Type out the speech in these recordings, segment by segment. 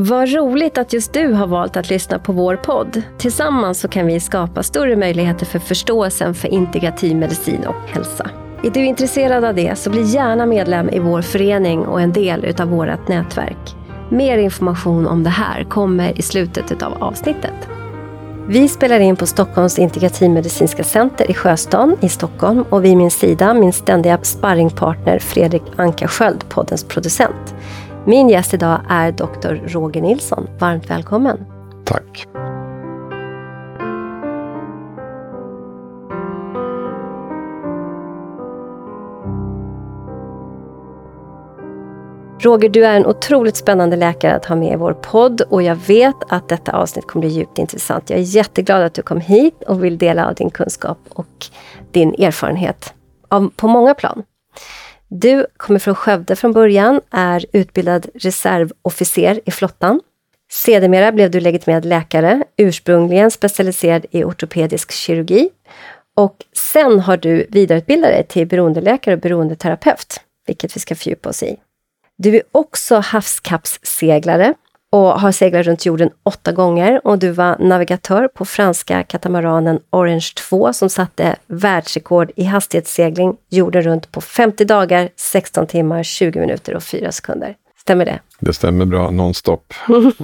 Vad roligt att just du har valt att lyssna på vår podd. Tillsammans så kan vi skapa större möjligheter för förståelsen för integrativ medicin och hälsa. Är du intresserad av det så bli gärna medlem i vår förening och en del utav vårt nätverk. Mer information om det här kommer i slutet av avsnittet. Vi spelar in på Stockholms integrativmedicinska center i Sjöstan i Stockholm och vid min sida min ständiga sparringpartner Fredrik Ankarsköld, poddens producent. Min gäst idag är Dr. Roger Nilsson. Varmt välkommen. Tack. Roger, du är en otroligt spännande läkare att ha med i vår podd och jag vet att detta avsnitt kommer bli djupt intressant. Jag är jätteglad att du kom hit och vill dela av din kunskap och din erfarenhet på många plan. Du kommer från Skövde från början, är utbildad reservofficer i flottan. Sedermera blev du legitimerad läkare, ursprungligen specialiserad i ortopedisk kirurgi. Och sen har du vidareutbildat dig till beroendeläkare och beroendeterapeut, vilket vi ska fördjupa oss i. Du är också havskappsseglare och har seglat runt jorden 8 gånger och du var navigatör på franska katamaranen Orange 2 som satte världsrekord i hastighetssegling jorden runt på 50 dagar, 16 timmar, 20 minuter och 4 sekunder. Stämmer det? Det stämmer bra, nonstop.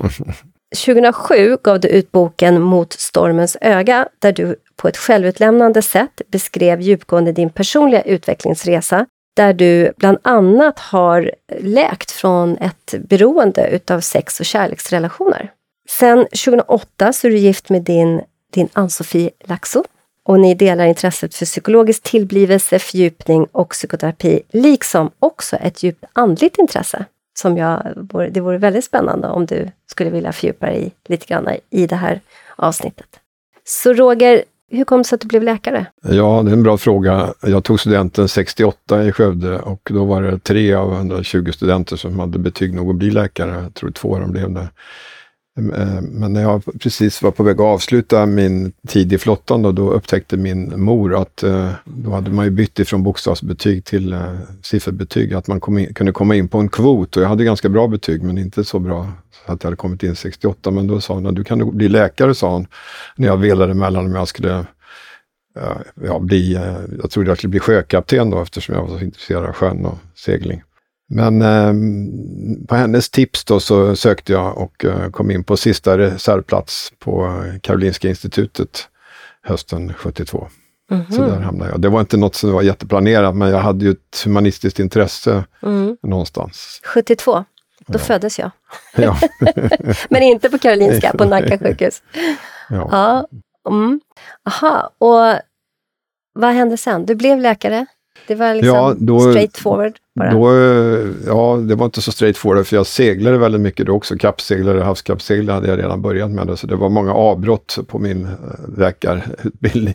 2007 gav du ut boken Mot stormens öga där du på ett självutlämnande sätt beskrev djupgående din personliga utvecklingsresa där du bland annat har läkt från ett beroende utav sex- och kärleksrelationer. Sen 2008 så är du gift med din Ann-Sofie Laxo och ni delar intresset för psykologisk tillblivelse, fördjupning och psykoterapi, liksom också ett djupt andligt intresse som det vore väldigt spännande om du skulle vilja fördjupa dig lite grann i det här avsnittet. Så Roger, hur kom det sig att du blev läkare? Ja, det är en bra fråga. Jag tog studenten 68 i Skövde och då var det 3 av 120 studenter som hade betyg nog att bli läkare. Jag tror 2 av dem blev det. Men när jag precis var på väg att avsluta min tid i flottan då upptäckte min mor att då hade man ju bytt ifrån bokstavsbetyg till sifferbetyg. Att man kunde komma in på en kvot och jag hade ganska bra betyg men inte så bra så att jag hade kommit in 68. Men då sa hon, du kan nog bli läkare, sa hon. När jag velade mellan om jag skulle jag trodde jag skulle bli sjökapten då eftersom jag var så intresserad av sjön och segling. Men på hennes tips då så sökte jag och kom in på sista reservplats på Karolinska institutet hösten 72. Mm-hmm. Så där hamnade jag. Det var inte något som var jätteplanerat men jag hade ju ett humanistiskt intresse någonstans. 72, då föddes jag. Ja. Men inte på Karolinska, på Nacka sjukhus. Ja. Aha, och vad hände sen? Du blev läkare? Det var liksom straight forward bara. Det var inte så straight forward för jag seglade väldigt mycket då också. Kappseglare, havskappseglare hade jag redan börjat med det. Så det var många avbrott på min läkarutbildning.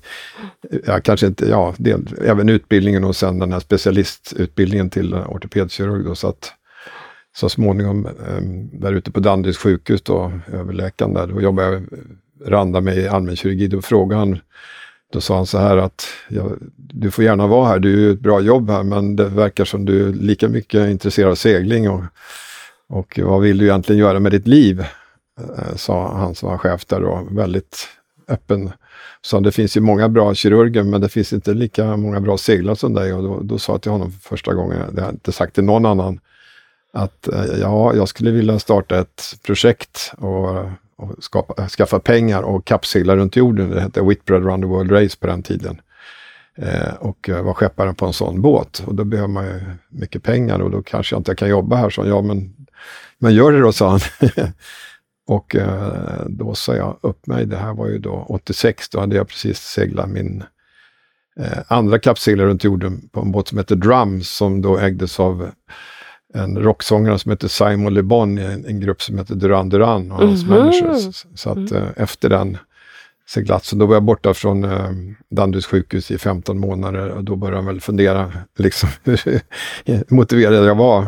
Även utbildningen och sen den här specialistutbildningen till ortopedkirurg då. Så att så småningom där ute på Danderyds sjukhus då, överläkaren där, då jobbade jag randa mig i allmänkirurgi. Då sa han så här att du får gärna vara här, du är ett bra jobb här men det verkar som du är lika mycket intresserad av segling och vad vill du egentligen göra med ditt liv? Sa han som var chef där då, väldigt öppen. Så det finns ju många bra kirurger men det finns inte lika många bra seglare som dig och då sa jag till honom första gången, det har jag inte sagt till någon annan, att jag skulle vilja starta ett projekt och skaffa pengar och kappsegla runt jorden. Det hette Whitbread Round the World Race på den tiden. Och var skepparen på en sån båt. Och då behöver man ju mycket pengar och då kanske jag inte kan jobba här. Så men gör det då, sa han. Och då sa jag upp mig. Det här var ju då 86. Då hade jag precis seglat min andra kappseglare runt jorden på en båt som heter Drums som då ägdes av en rocksångare som heter Simon Le Bon i en grupp som heter Duran Duran och hans managers. Så att efter den seglatsen, då var jag borta från Danderyds sjukhus i 15 månader och då började jag väl fundera liksom hur motiverad jag var.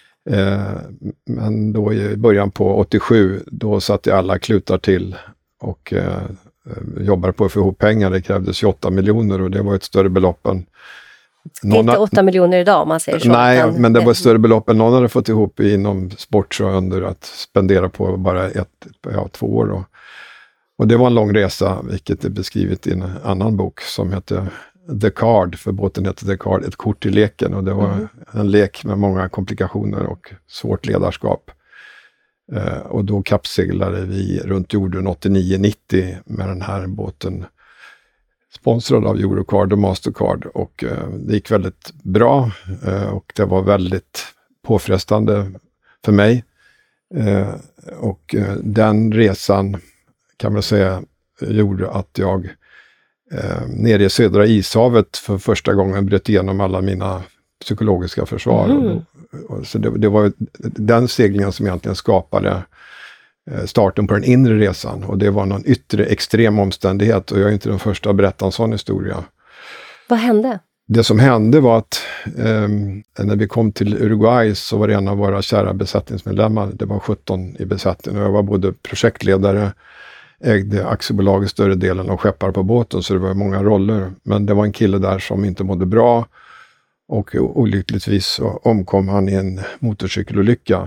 Men då i början på 87, då satte jag alla klutar till och jobbade på att få ihop pengar. Det krävdes 28 miljoner och det var ett större belopp än Det är inte 8 miljoner idag om man säger så. Nej, men det var större belopp än någon hade fått ihop inom sport så under att spendera på bara 2 år. Då. Och det var en lång resa, vilket är beskrivet i en annan bok som heter The Card, för båten heter The Card, ett kort i leken. Och det var en lek med många komplikationer och svårt ledarskap. Och då kappseglade vi runt jorden 89-90 med den här båten, sponsrad av Eurocard och Mastercard, och det gick väldigt bra och det var väldigt påfrestande för mig. Och den resan kan man säga gjorde att jag nere i södra ishavet för första gången bröt igenom alla mina psykologiska försvar. Så det var den seglingen som egentligen skapade starten på den inre resan, och det var någon yttre extrem omständighet, och jag är inte den första att berätta en sån historia. Vad hände? Det som hände var att när vi kom till Uruguay så var det en av våra kära besättningsmedlemmar, det var 17 i besättningen, och jag var både projektledare, ägde aktiebolaget större delen och skeppar på båten, så det var många roller, men det var en kille där som inte mådde bra. Och olyckligtvis så omkom han i en motorcykelolycka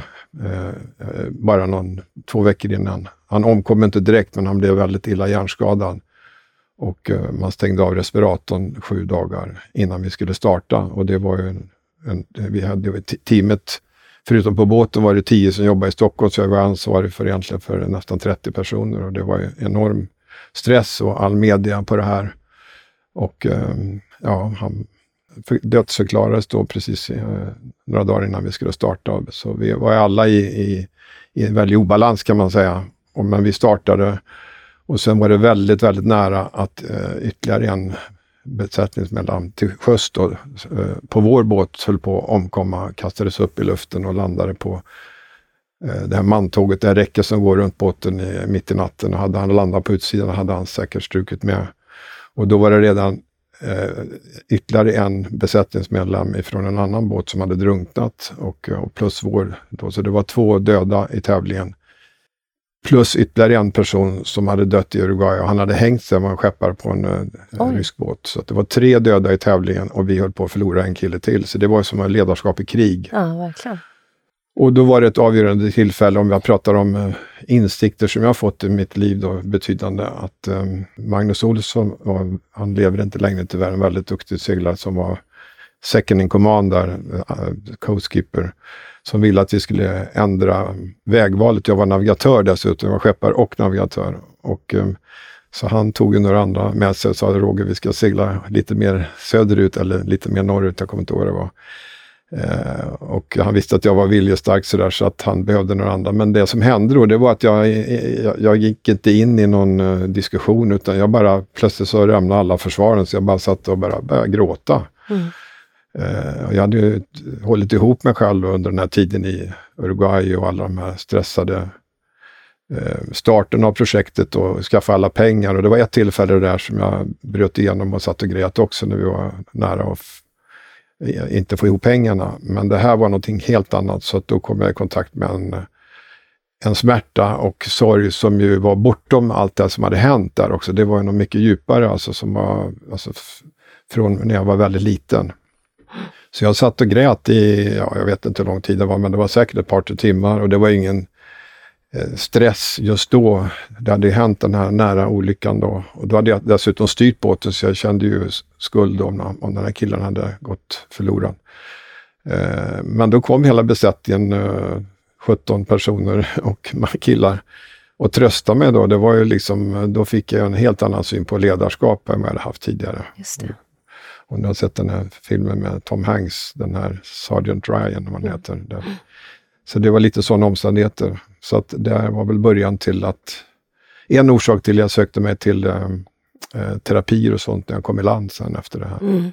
bara 2 veckor innan. Han omkom inte direkt, men han blev väldigt illa hjärnskadad. Och man stängde av respiratorn 7 dagar innan vi skulle starta. Och det var ju vi hade teamet, förutom på båten var det 10 som jobbade i Stockholm, så jag var ansvarig för egentligen för nästan 30 personer. Och det var ju enorm stress och all media på det här. Och han dödsförklarades då precis några dagar innan vi skulle starta. Så vi var alla i en väldigt obalans kan man säga. Men vi startade, och sen var det väldigt, väldigt nära att ytterligare en besättningsmedlem till sjöss då, på vår båt höll på att omkomma, kastades upp i luften och landade på det här mantåget, det här räcket som går runt båten mitt i natten. Och hade han landat på utsidan hade han säkert strukit med. Och då var det redan ytterligare en besättningsmedlem ifrån en annan båt som hade drunknat och plus vår då, så det var 2 döda i tävlingen plus ytterligare en person som hade dött i Uruguay, och han hade hängt sig, man skeppar på en rysk båt, så att det var 3 döda i tävlingen och vi höll på att förlora en kille till, så det var som en ledarskap i krig. Ja, verkligen. Och då var det ett avgörande tillfälle, om jag pratar om insikter som jag har fått i mitt liv då, betydande, att Magnus Olsson, han lever inte längre tyvärr, en väldigt duktig seglare som var second in command där, co-skipper, som ville att vi skulle ändra vägvalet. Jag var navigatör dessutom, jag var skeppare och navigatör. Och så han tog ju några andra med sig och sa, Roger, vi ska segla lite mer söderut eller lite mer norrut, jag kommer inte ihåg vad det var. Och han visste att jag var viljestark så att han behövde några andra. Men det som hände då, det var att jag gick inte in i någon diskussion, utan jag bara plötsligt så rämnade alla försvaren, så jag bara satt och bara började gråta. Jag hade ju hållit ihop mig själv under den här tiden i Uruguay och alla de här stressade starten av projektet och skaffa alla pengar. Och det var ett tillfälle där som jag bröt igenom och satt och grät också, när vi var nära att inte få ihop pengarna. Men det här var någonting helt annat, så att då kom jag i kontakt med en smärta och sorg som ju var bortom allt det som hade hänt där också. Det var ju något mycket djupare, alltså, som var från när jag var väldigt liten. Så jag satt och grät i, jag vet inte hur lång tid det var, men det var säkert ett par 3 timmar, och det var ingen stress just då. Det hade hänt den här nära olyckan då, och då hade jag dessutom styrt båten, så jag kände ju skuld om den här killen hade gått förlorad. Men då kom hela besättningen, 17 personer och killar, och tröstade mig då. Det var ju liksom, då fick jag en helt annan syn på ledarskap än vad jag hade haft tidigare. Just det. Och ni har sett den här filmen med Tom Hanks, den här Sergeant Ryan, vad han heter. Där. Så det var lite sådana omständigheter. Så att det var väl början till att, en orsak till jag sökte mig till terapier och sånt när jag kom i land sen efter det här.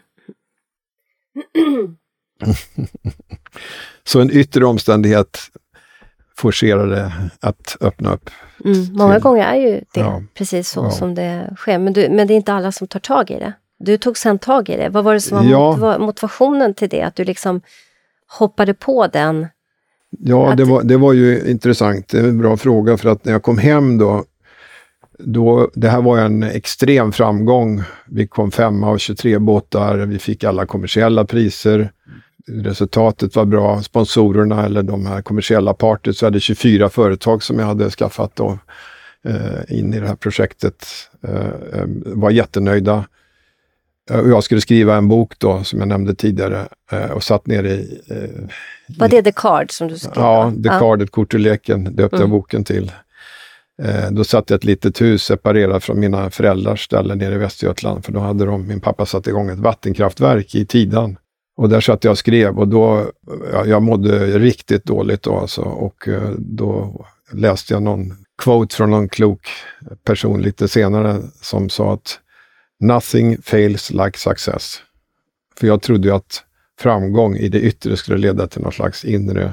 Så en yttre omständighet forcerade att öppna upp. Många gånger är ju det precis så som det sker. Men det är inte alla som tar tag i det. Du tog sen tag i det. Vad var det som var motivationen till det? Att du liksom hoppade på den? Ja, det var ju intressant. Det är en bra fråga, för att när jag kom hem då det här var en extrem framgång. Vi kom 5 av 23 båtar, vi fick alla kommersiella priser. Resultatet var bra. Sponsorerna eller de här kommersiella parter, så hade 24 företag som jag hade skaffat då, in i det här projektet. Var jättenöjda. Jag skulle skriva en bok då, som jag nämnde tidigare, och satt ner i... Var det The Card som du skrev? Ja, The Card, ett kort ur leken, döpte jag boken till. Då satt jag ett litet hus separerat från mina föräldrars ställe nere i Västergötland, för då hade min pappa satt igång ett vattenkraftverk i Tidan. Och där satt jag och skrev, och då, jag mådde riktigt dåligt då alltså, och då läste jag någon quote från någon klok person lite senare som sa att nothing fails like success. För jag trodde ju att framgång i det yttre skulle leda till någon slags inre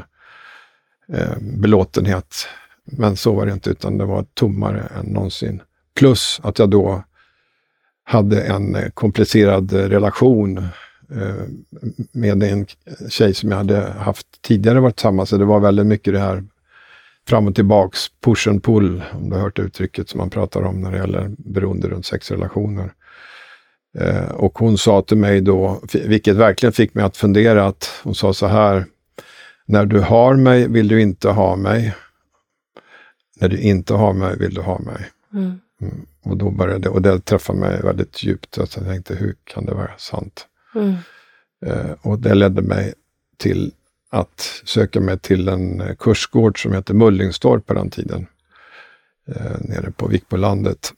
belåtenhet. Men så var det inte, utan det var tommare än någonsin. Plus att jag då hade en komplicerad relation med en tjej som jag hade haft tidigare varit tillsammans. Så det var väldigt mycket det här fram och tillbaks, push and pull, om du har hört uttrycket som man pratar om när det gäller beroende runt sexrelationer. Och hon sa till mig då, vilket verkligen fick mig att fundera, att hon sa så här: när du har mig vill du inte ha mig. När du inte har mig vill du ha mig. Och då började det, och det träffade mig väldigt djupt. Att jag tänkte, hur kan det vara sant? Och det ledde mig till att söka mig till en kursgård som heter Mullingstorp på den tiden. Nere på Vikbolandet.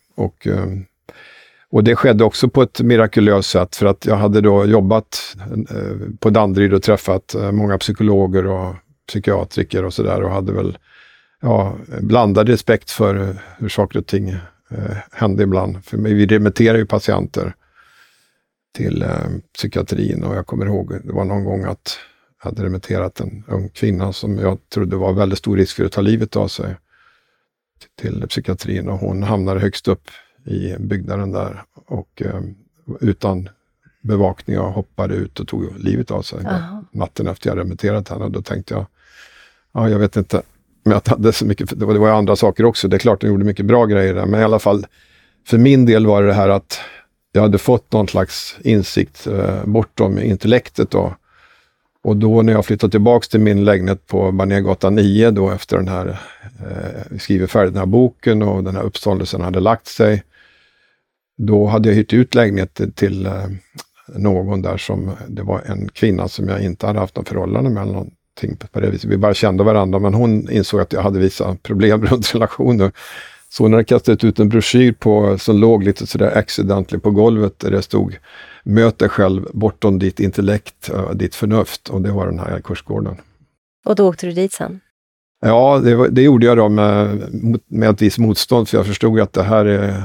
Och det skedde också på ett mirakulöst sätt, för att jag hade då jobbat på Danderyd och träffat många psykologer och psykiatriker och sådär, och hade väl blandad respekt för hur saker och ting hände ibland. För vi remitterar ju patienter till psykiatrin, och jag kommer ihåg, det var någon gång att jag hade remitterat en ung kvinna som jag trodde var väldigt stor risk för att ta livet av sig till psykiatrin, och hon hamnade högst upp i byggnaden där och utan bevakning och hoppade ut och tog livet av sig natten efter jag remitterat henne. Och då tänkte jag, jag vet inte, men jag hade så mycket, det var ju andra saker också, det är klart jag gjorde mycket bra grejer där, men i alla fall för min del var det här att jag hade fått någon slags insikt bortom intellektet då. Och då när jag flyttade tillbaka till min lägenhet på Barnérgatan 9 då, efter den här, vi skriver färdigt den här boken och den här uppståndelsen hade lagt sig, då hade jag hyrt ut lägenheten till någon där som, det var en kvinna som jag inte hade haft någon förhållande med eller någonting på det viset. Vi bara kände varandra, men hon insåg att jag hade vissa problem runt relationer. Så när jag kastade ut en broschyr som låg lite sådär accidentally på golvet, där det stod: möt dig själv bortom ditt intellekt, ditt förnuft, och det var den här kursgården. Och då åkte du dit sen? Ja, det gjorde jag då med ett visst motstånd, för jag förstod att det här är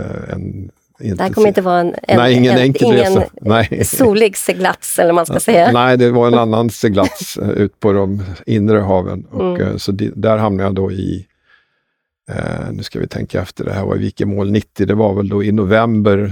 det här kommer inte vara ingen enkel resa. Nej. Solig seglats, eller man ska säga. Nej, det var en annan seglats ut på de inre haven. Och så där hamnade jag då i, nu ska vi tänka efter, det här var i Vikemål 90, det var väl då i november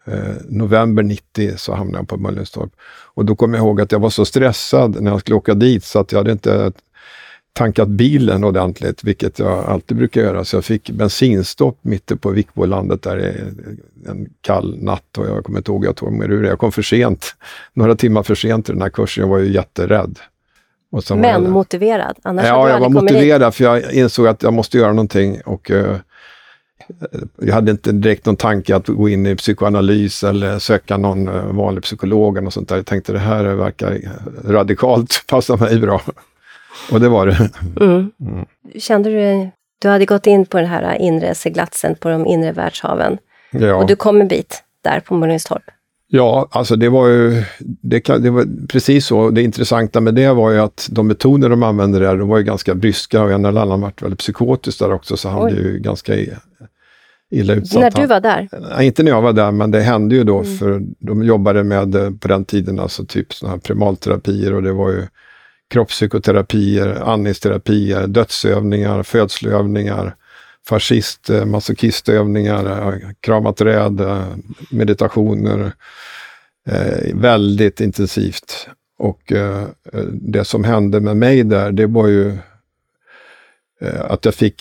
90 så hamnade jag på Mullingstorp. Och då kom jag ihåg att jag var så stressad när jag skulle åka dit, så att jag hade inte tankat bilen ordentligt, vilket jag alltid brukar göra. Så jag fick bensinstopp mitt på Vikbolandet där en kall natt, och jag kommer inte ihåg, jag tog mig ur det. Jag kom för sent, några timmar för sent till den här kursen. Jag var ju jätterädd. Men motiverad? Annars jag var motiverad för jag insåg att jag måste göra någonting, och jag hade inte direkt någon tanke att gå in i psykoanalys eller söka någon vanlig psykolog och sånt där. Jag tänkte, det här verkar radikalt, passar mig bra. Och det var det. Kände du hade gått in på den här inre seglatsen på de inre världshaven. Ja. Och du kom en bit där på Mullingstorp. Ja, alltså det var ju, det var precis så. Det intressanta med det var ju att de metoder de använde där, de var ju ganska bryska, och en eller annan varit väldigt psykotisk där också, så han blev ju ganska illa utsatt. När du var där? Nej, inte när jag var där, men det hände ju då, för de jobbade med på den tiden alltså typ sådana här primalterapier, och det var ju kroppspsykoterapier, andningsterapier, dödsövningar, födsloövningar, masocistövningar, krama träd, meditationer, väldigt intensivt. Och det som hände med mig där, det var ju att jag fick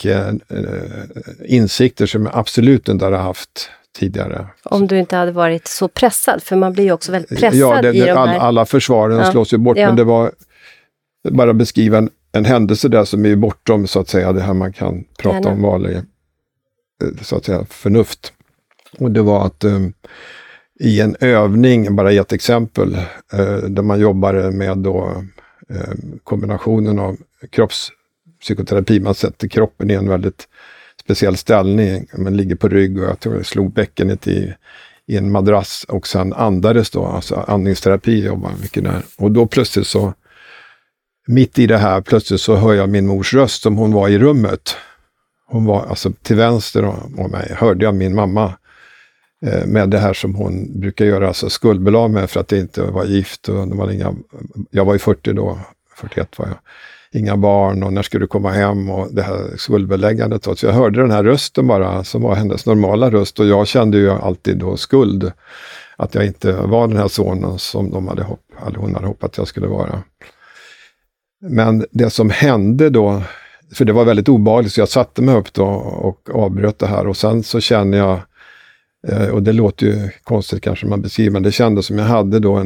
insikter som jag absolut inte hade haft tidigare. Om du inte hade varit så pressad, för man blir ju också väldigt pressad i de här... Alla försvaren slås ju bort, men det var bara beskriva en händelse där som är bortom, så att säga, det här man kan prata om vanlig, så att säga, förnuft. Och det var att i en övning, bara ett exempel, där man jobbar med då kombinationen av kroppspsykoterapi, man sätter kroppen i en väldigt speciell ställning, man ligger på rygg och jag tror jag slog bäckenet i en madrass och sen andades då, alltså andningsterapi jobbar mycket där. Och då plötsligt så, mitt i det här, plötsligt så hör jag min mors röst som hon var i rummet. Hon var alltså till vänster om mig, hörde jag min mamma med det här som hon brukar göra, alltså skuldbelag med för att det inte var gift. Och det var jag var ju 40 då, 41 var jag. Inga barn och när skulle du komma hem och det här skuldbeläggandet. Så jag hörde den här rösten bara som var hennes normala röst och jag kände ju alltid då skuld. Att jag inte var den här sonen som hon hade hoppat att jag skulle vara. Men det som hände då, för det var väldigt obehagligt så jag satte mig upp då och avbröt det här och sen så känner jag, och det låter ju konstigt kanske man beskriver, men det kändes som jag hade då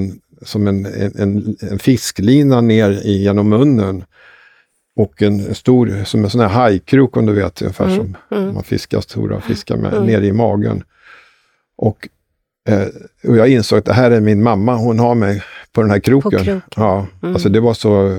en fisklina ner genom munnen och en stor, som en sån här hajkrok om du vet, ungefär som man fiskar stora fiskar med, ner i magen. Och jag insåg att det här är min mamma, hon har mig på den här kroken. Ja, alltså det var så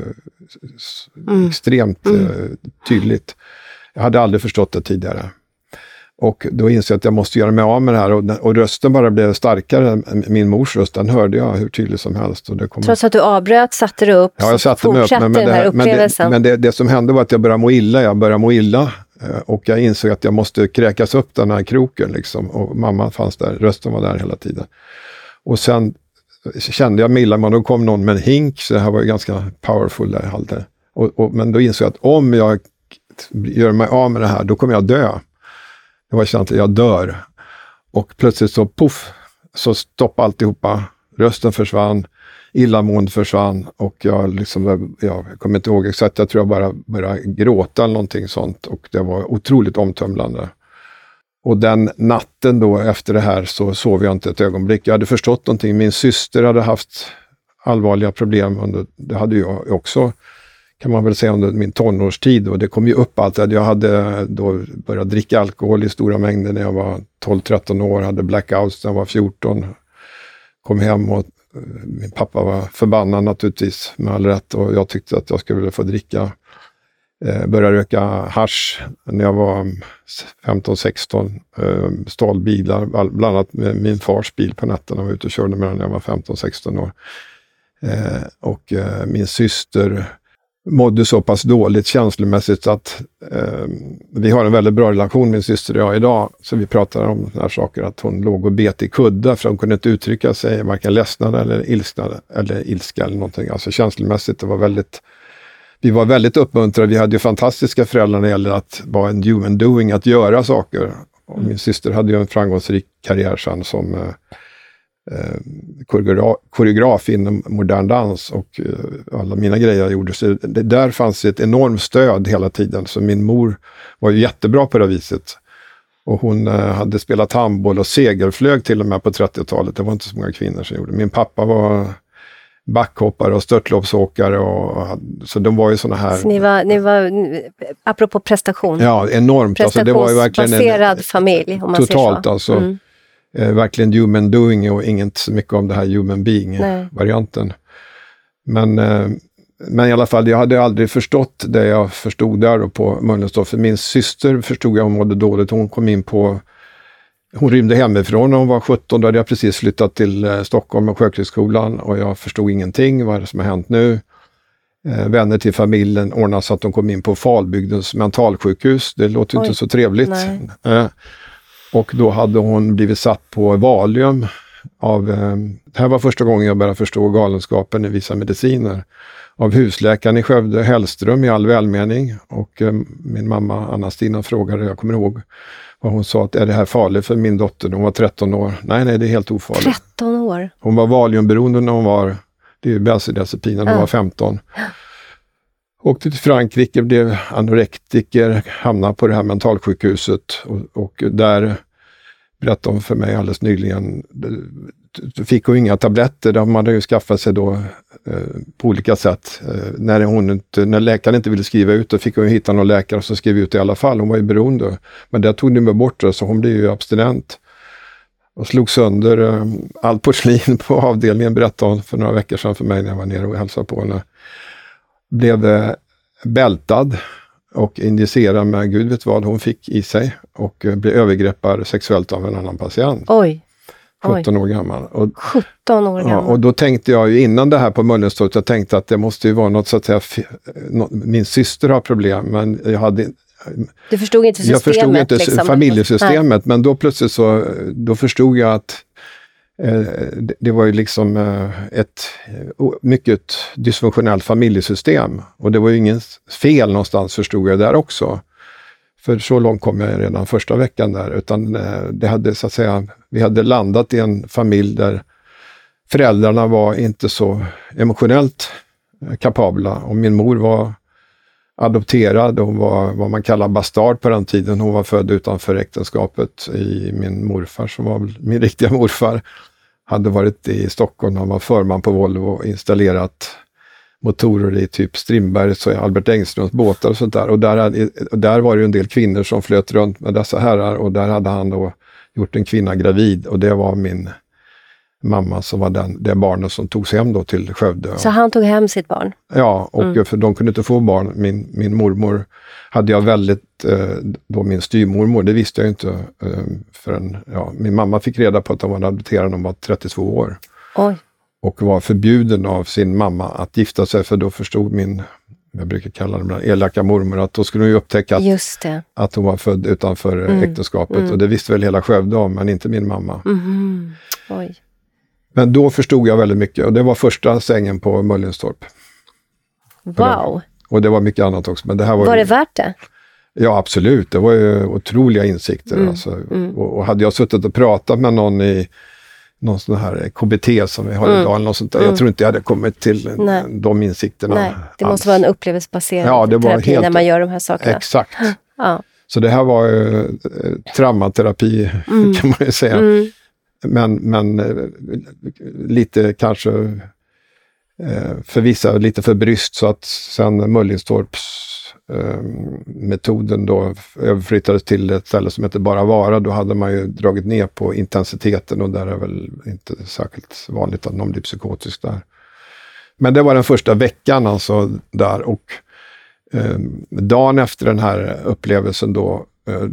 extremt tydligt. Jag hade aldrig förstått det tidigare. Och då insåg jag att jag måste göra mig av med det här och rösten bara blev starkare. Min mors röst, den hörde jag hur tydligt som helst. Och det kom... Trots att du avbröt, satte du upp, ja, jag satte mig upp, den här upplevelsen. Men det som hände var att jag började må illa. Och jag insåg att jag måste kräkas upp den här kroken liksom. Och mamma fanns där, rösten var där hela tiden. Och sen kände jag mig illa, men då kom någon med en hink, så det här var ju ganska powerful där jag hade. Men då insåg jag att om jag gör mig av med det här, då kommer jag dö. Det var känt att jag dör. Och plötsligt så så stoppade alltihopa. Rösten försvann, illamående försvann och jag kommer inte ihåg exakt, jag tror jag bara började gråta eller någonting sånt och det var otroligt omtumlande. Och den natten då efter det här så sov jag inte ett ögonblick. Jag hade förstått någonting. Min syster hade haft allvarliga problem det hade jag också, kan man väl säga, under min tonårstid. Och det kom ju upp allt. Jag hade då börjat dricka alkohol i stora mängder när jag var 12-13 år. Hade blackouts när jag var 14. Kom hem och min pappa var förbannad naturligtvis med all rätt. Och jag tyckte att jag skulle få dricka. Började röka hasch när jag var 15-16. Stal bilar, bland annat med min fars bil på nätterna. Jag var ute och körde med den när jag var 15-16 år. Och min syster mådde så pass dåligt känslomässigt att vi har en väldigt bra relation, min syster och jag idag, så vi pratar om såna här saker, att hon låg och bet i kuddar för hon kunde inte uttrycka sig, varken ledsnad eller ilska eller någonting. Alltså känslomässigt, vi var väldigt uppmuntrade, vi hade ju fantastiska föräldrar när det gäller att vara en human doing, att göra saker. Och min syster hade ju en framgångsrik karriär sedan som koreograf inom modern dans och alla mina grejer gjorde. Så där fanns ett enormt stöd hela tiden. Så min mor var ju jättebra på det viset. Och hon hade spelat handboll och segelflög till och med på 30-talet. Det var inte så många kvinnor som gjorde. Min pappa var backhoppare och störtloppsåkare. Så de var ju såna här... Så ni var apropå prestation. Ja, enormt. Alltså, det var ju verkligen baserad familj, om man totalt, säger så. Alltså. Verkligen human doing och inget så mycket om det här human being-varianten. Men i alla fall, jag hade aldrig förstått det jag förstod där då på Mölndalstorp. För min syster förstod jag, hon mådde dåligt. Hon rymde hemifrån när hon var 17. Då hade jag precis flyttat till Stockholm och Sjökrigsskolan och jag förstod ingenting. Vad är det som har hänt nu? Vänner till familjen ordnade så att de kom in på Falbygdens mentalsjukhus. Det låter inte så trevligt. Och då hade hon blivit satt på Valium det här var första gången jag började förstå galenskapen i vissa mediciner. Av husläkaren i Skövde, Hellström, i all välmening. Och min mamma Anna-Stina frågade, jag kommer ihåg vad hon sa, att är det här farligt för min dotter? Hon var 13 år. Nej, det är helt ofarligt. 13 år? Hon var valiumberoende när hon var, det är ju bensodiazepin, när hon var 15. Åkte till Frankrike, blev anorektiker, hamnade på det här mentalsjukhuset och där berättade hon för mig alldeles nyligen, fick hon inga tabletter, de hade ju skaffat sig då på olika sätt. När läkaren inte ville skriva ut, då fick hon hitta någon läkare som skrev ut i alla fall. Hon var ju beroende, men det tog de bort det, så hon blev ju abstinent. Och slog sönder allt porslin på avdelningen, berättade hon för några veckor sedan för mig när jag var nere och hälsade på henne. Blev bältad och injicerad med gud vet vad hon fick i sig och blev övergreppad sexuellt av en annan patient. Oj. 17 år gammal. 17 år gammal. Ja, och då tänkte jag ju innan det här på Möllenstorp, jag tänkte att det måste ju vara något så att säga, min syster har problem, men jag hade... Du förstod inte systemet? Jag förstod inte liksom familjesystemet, men då plötsligt då förstod jag att det var ju liksom ett mycket dysfunktionellt familjesystem. Och det var ju ingen fel någonstans, förstod jag där också. För så långt kom jag redan första veckan där, utan det hade så att säga, vi hade landat i en familj där föräldrarna var inte så emotionellt kapabla, och min mor var adopterad, hon var vad man kallar bastard på den tiden, hon var född utanför äktenskapet. Min morfar, som var min riktiga morfar, hade varit i Stockholm, han var förman på Volvo och installerat motorer i typ Strindbergs och Albert Engströms båtar och sånt där. Och där var det ju en del kvinnor som flöt runt med dessa herrar, och där hade han då gjort en kvinna gravid, och det var min mamma som var det barnet som togs hem då till Skövde. Så han tog hem sitt barn? Ja, och för de kunde inte få barn. Min mormor hade jag väldigt, då min styrmormor, det visste jag inte förrän, min mamma fick reda på att de var adopterade när de var 32 år. Oj. Och var förbjuden av sin mamma att gifta sig, för då förstod jag brukar kalla dem elaka mormor, att då skulle hon ju upptäcka att hon var född utanför äktenskapet. Och det visste väl hela Skövde om, men inte min mamma. Oj. Men då förstod jag väldigt mycket, och det var första sängen på Möllenstorp. Wow! Och det var mycket annat också. Men det här var det värt det? Ja, absolut. Det var ju otroliga insikter. Alltså. Och hade jag suttit och pratat med någon i någon sån här KBT som vi har idag, eller något sånt där, jag tror inte jag hade kommit till de insikterna. Nej, det måste vara en upplevelsebaserad terapi när man gör de här sakerna. Exakt. Ja. Så det här var ju traumaterapi, kan man ju säga. Men lite kanske för vissa lite för bryskt, så att sen Möllenstorps metoden då överflyttades till ett ställe som heter Bara Vara, då hade man ju dragit ner på intensiteten, och där är väl inte särskilt vanligt att någon blir psykotisk där. Men det var den första veckan alltså där, och dagen efter den här upplevelsen då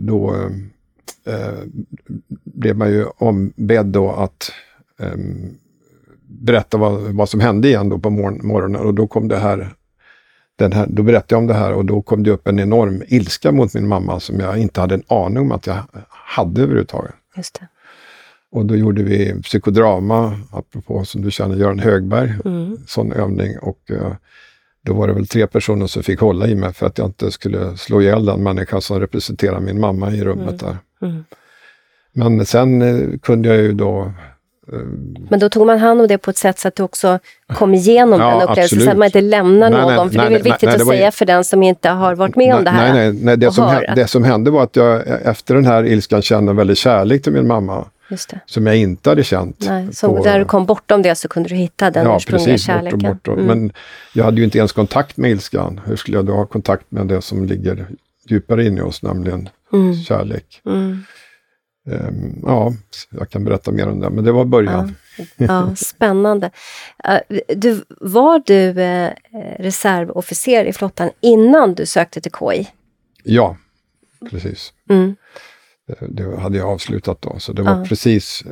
blev man ju ombedd då att berätta vad som hände igen då på morgonen, och då kom då berättade jag om det här, och då kom det upp en enorm ilska mot min mamma som jag inte hade en aning om att jag hade överhuvudtaget. Just det. Och då gjorde vi psykodrama, apropå som du känner Göran Högberg, sån övning, och då var det väl 3 personer som fick hålla i mig för att jag inte skulle slå ihjäl den människa som representerar min mamma i rummet där. Men sen kunde jag ju då... Men då tog man hand om det på ett sätt så att du också kom igenom den upplevelsen, absolut. Så att man inte lämnar någon, för det är väl viktigt att säga för den som inte har varit med om det här. Nej, det som hände var att jag efter den här ilskan kände väldigt kärlek till min mamma. Just det. Som jag inte hade känt. Nej, så där du kom bortom det så kunde du hitta den ursprungliga kärleken. Bortom. Men jag hade ju inte ens kontakt med ilskan. Hur skulle jag då ha kontakt med det som ligger djupare in i oss, nämligen kärlek? Ja, jag kan berätta mer om det, men det var början. Ja, spännande. Var du reservofficer i flottan innan du sökte till KI? Ja, precis. Det hade jag avslutat då, så det var precis...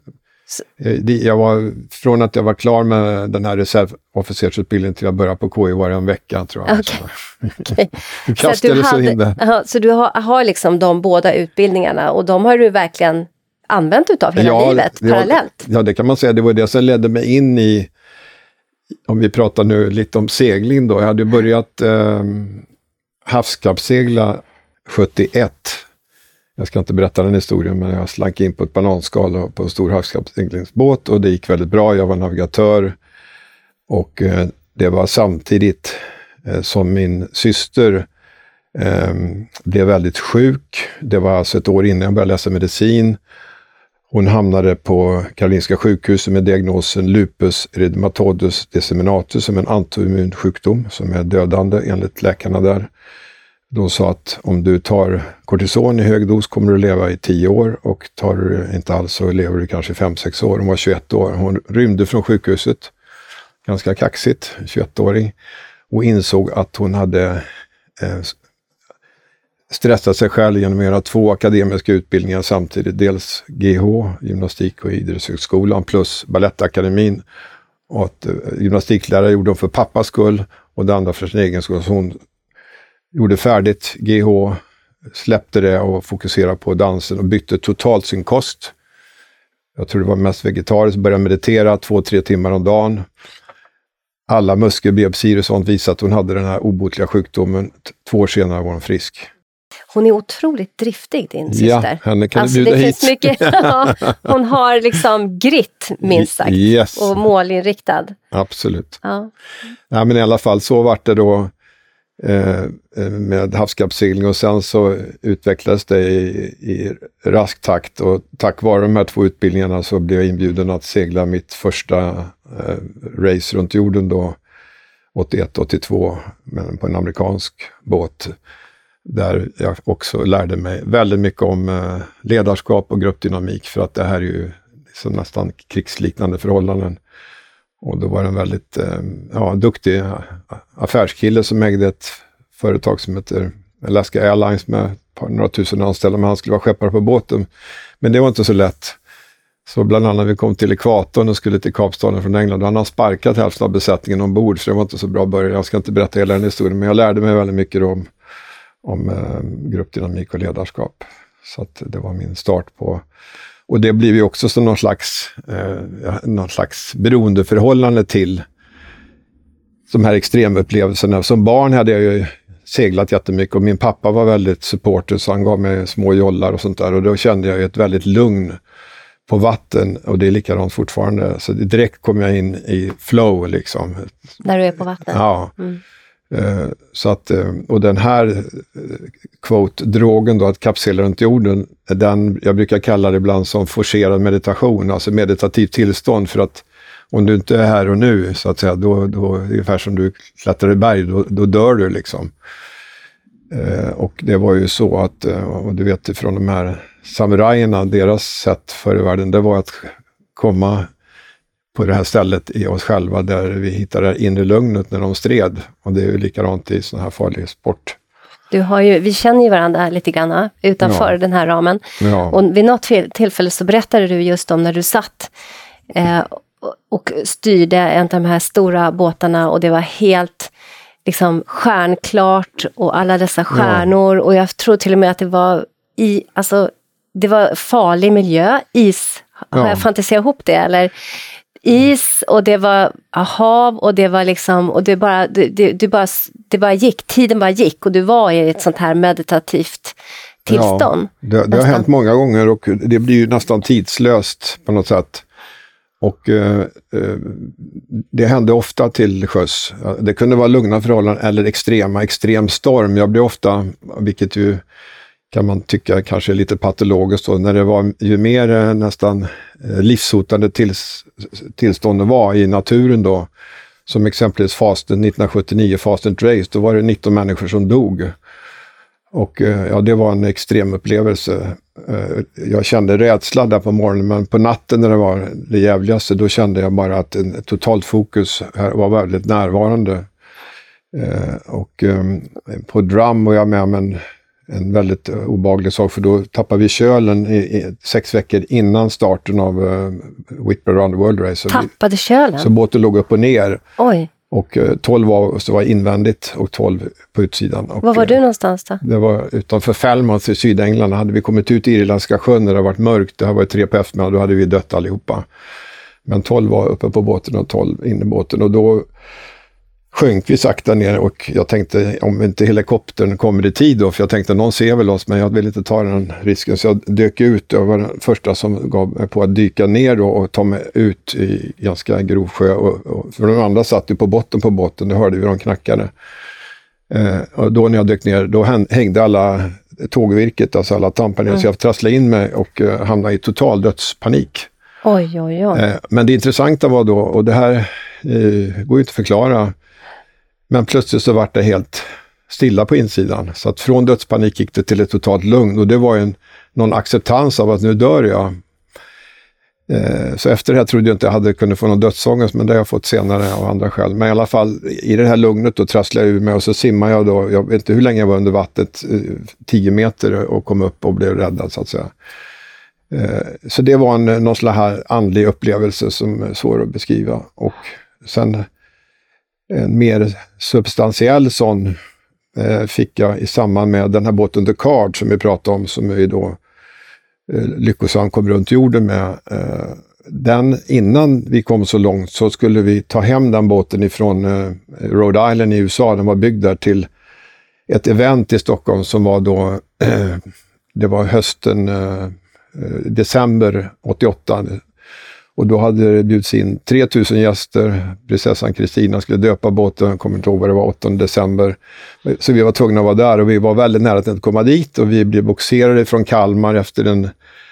från att jag var klar med den här reservofficersutbildningen till att börja på KI var det en vecka, tror jag. Okay. Du kastade så in det. Så du har liksom de båda utbildningarna, och de har du verkligen använt utav hela livet, parallellt? Ja, det kan man säga. Det var det som ledde mig in i, om vi pratar nu lite om segling då. Jag hade börjat havskappsegla 71. Jag ska inte berätta den historien, men jag slank in på ett bananskal på en stor havskappsseglingsbåt, och det gick väldigt bra. Jag var navigatör, och det var samtidigt som min syster blev väldigt sjuk. Det var alltså ett år innan jag började läsa medicin. Hon hamnade på Karolinska sjukhuset med diagnosen lupus erythematosus disseminatus, som en autoimmun sjukdom som är dödande enligt läkarna där. De sa att om du tar kortison i hög dos kommer du leva i 10 år, och tar du inte alls så lever du kanske 5-6 år. Hon var 21 år. Hon rymde från sjukhuset, ganska kaxigt, 21-åring, och insåg att hon hade stressat sig själv genom att göra 2 akademiska utbildningar samtidigt. Dels GH, gymnastik- och idrottshögskolan, plus Balettakademin. Och att gymnastiklärare gjorde hon för pappas skull och det andra för sin egen skull. Så hon gjorde färdigt GH, släppte det och fokuserade på dansen och bytte totalt sin kost. Jag tror det var mest vegetariskt, började meditera 2-3 timmar om dagen. Alla muskelbiopsier och sånt visade att hon hade den här obotliga sjukdomen. 2 år senare var hon frisk. Hon är otroligt driftig, din syster. Ja, henne kan du bjuda det hit. Finns mycket, hon har liksom grit, minst sagt. Yes. Och målinriktad. Absolut. Ja. Ja, men i alla fall så var det då med havskappsegling, och sen så utvecklades det i rask takt, och tack vare de här 2 utbildningarna så blev jag inbjuden att segla mitt första race runt jorden då 81-82 på en amerikansk båt, där jag också lärde mig väldigt mycket om ledarskap och gruppdynamik, för att det här är ju liksom nästan krigsliknande förhållanden. Och då var det en väldigt duktig affärskille som ägde ett företag som heter Alaska Airlines med några tusen anställda, men han skulle vara skeppare på båten. Men det var inte så lätt. Så bland annat vi kom till ekvatorn och skulle till Kapstaden från England, och han har sparkat hälften av besättningen ombord, så det var inte så bra början. Jag ska inte berätta hela den historien, men jag lärde mig väldigt mycket om gruppdynamik och ledarskap. Så att det var min start på. Och det blir ju också som någon slags beroendeförhållande till de här extremupplevelserna. Som barn hade jag ju seglat jättemycket, och min pappa var väldigt supporter, så han gav mig små jollar och sånt där. Och då kände jag ju ett väldigt lugn på vatten, och det är likadant fortfarande. Så direkt kom jag in i flow liksom. När du är på vatten? Ja. Så att, och den här drogen då, att kapsela runt jorden, den, jag brukar kalla det ibland som forcerad meditation, alltså meditativt tillstånd, för att om du inte är här och nu så att säga, då ungefär som du klättrar i berg, då dör du liksom. Och det var ju så att, och du vet från de här samurajerna, deras sätt förr i världen, det var att komma på det här stället i oss själva där vi hittar det inre lugnet när de stred. Och det är ju likadant i sån här farlig sport. Vi känner ju varandra lite grann utanför den här ramen. Ja. Och vid något tillfälle så berättade du just om när du satt och styrde en av de här stora båtarna, och det var helt liksom stjärnklart och alla dessa stjärnor. Och jag tror till och med att det var det var farlig miljö, is. Har jag fantiserat ihop det? Eller is, och det var hav, och det var liksom, och det bara gick, tiden bara gick, och du var i ett sånt här meditativt tillstånd. Ja, det har hänt många gånger, och det blir ju nästan tidslöst på något sätt. Och det hände ofta till sjöss. Det kunde vara lugna förhållanden eller extrem storm. Jag blev ofta, vilket ju kan man tycka kanske är lite patologiskt då, när det var ju mer nästan livshotande tillstånden var i naturen då, som exempelvis fasten 1979, Fastned Race, då var det 19 människor som dog. Och det var en extrem upplevelse. Jag kände rädsla där på morgonen, men på natten när det var det jävligaste, då kände jag bara att en totalt fokus här var väldigt närvarande. Och på drum var jag med om en väldigt obehaglig sak, för då tappade vi kölen i 6 veckor innan starten av Whitbread Around the World Race. Tappade kölen? Så båten låg upp och ner. Oj. Och 12 var invändigt och 12 på utsidan. Och, var var du någonstans då? Det var utanför Falmouth i Sydengland. Hade vi kommit ut i Irländska sjön när det varit mörkt, det har varit 3 på eftermiddagen, då hade vi dött allihopa. Men 12 var uppe på båten och 12 inne i båten, och då sjönk vi sakta ner, och jag tänkte om inte helikoptern kommer i tid då, för jag tänkte någon ser väl oss, men jag vill inte ta den risken, så jag dök ut. Jag var den första som gav mig på att dyka ner då och ta mig ut i ganska grov sjö, och för de andra satt ju på botten, det hörde vi, de knackade. Och då när jag dök ner, då hängde alla tågvirket, alltså alla tampar, så jag trasslade in mig och hamnade i total dödspanik. Oj, oj, oj. Men det intressanta var då, och det här går ju inte att förklara, men plötsligt så var det helt stilla på insidan. Så att från dödspanik gick det till ett totalt lugn, och det var ju någon acceptans av att nu dör jag. Så efter det här trodde jag inte jag hade kunnat få någon dödsångest, men det har jag fått senare av andra skäl. Men i alla fall, i det här lugnet då trasslade jag ur mig, och så simmade jag då, jag vet inte hur länge jag var under vattnet, 10 meter, och kom upp och blev räddad så att säga. Så det var någon slags här andlig upplevelse som är svår att beskriva. Och sen en mer substantiell sån fick jag i samband med den här båten The Card som vi pratade om, som är då lyckosamt kom runt jorden med. Den, innan vi kom så långt så skulle vi ta hem den båten ifrån Rhode Island i USA. Den var byggd där till ett event i Stockholm som var då, det var hösten, december 88. Och då hade det bjudits in 3000 gäster. Prinsessan Kristina skulle döpa båten, jag kommer inte ihåg vad det var, 8 december. Så vi var tvungna att vara där, och vi var väldigt nära att komma dit, och vi blev boxerade från Kalmar efter en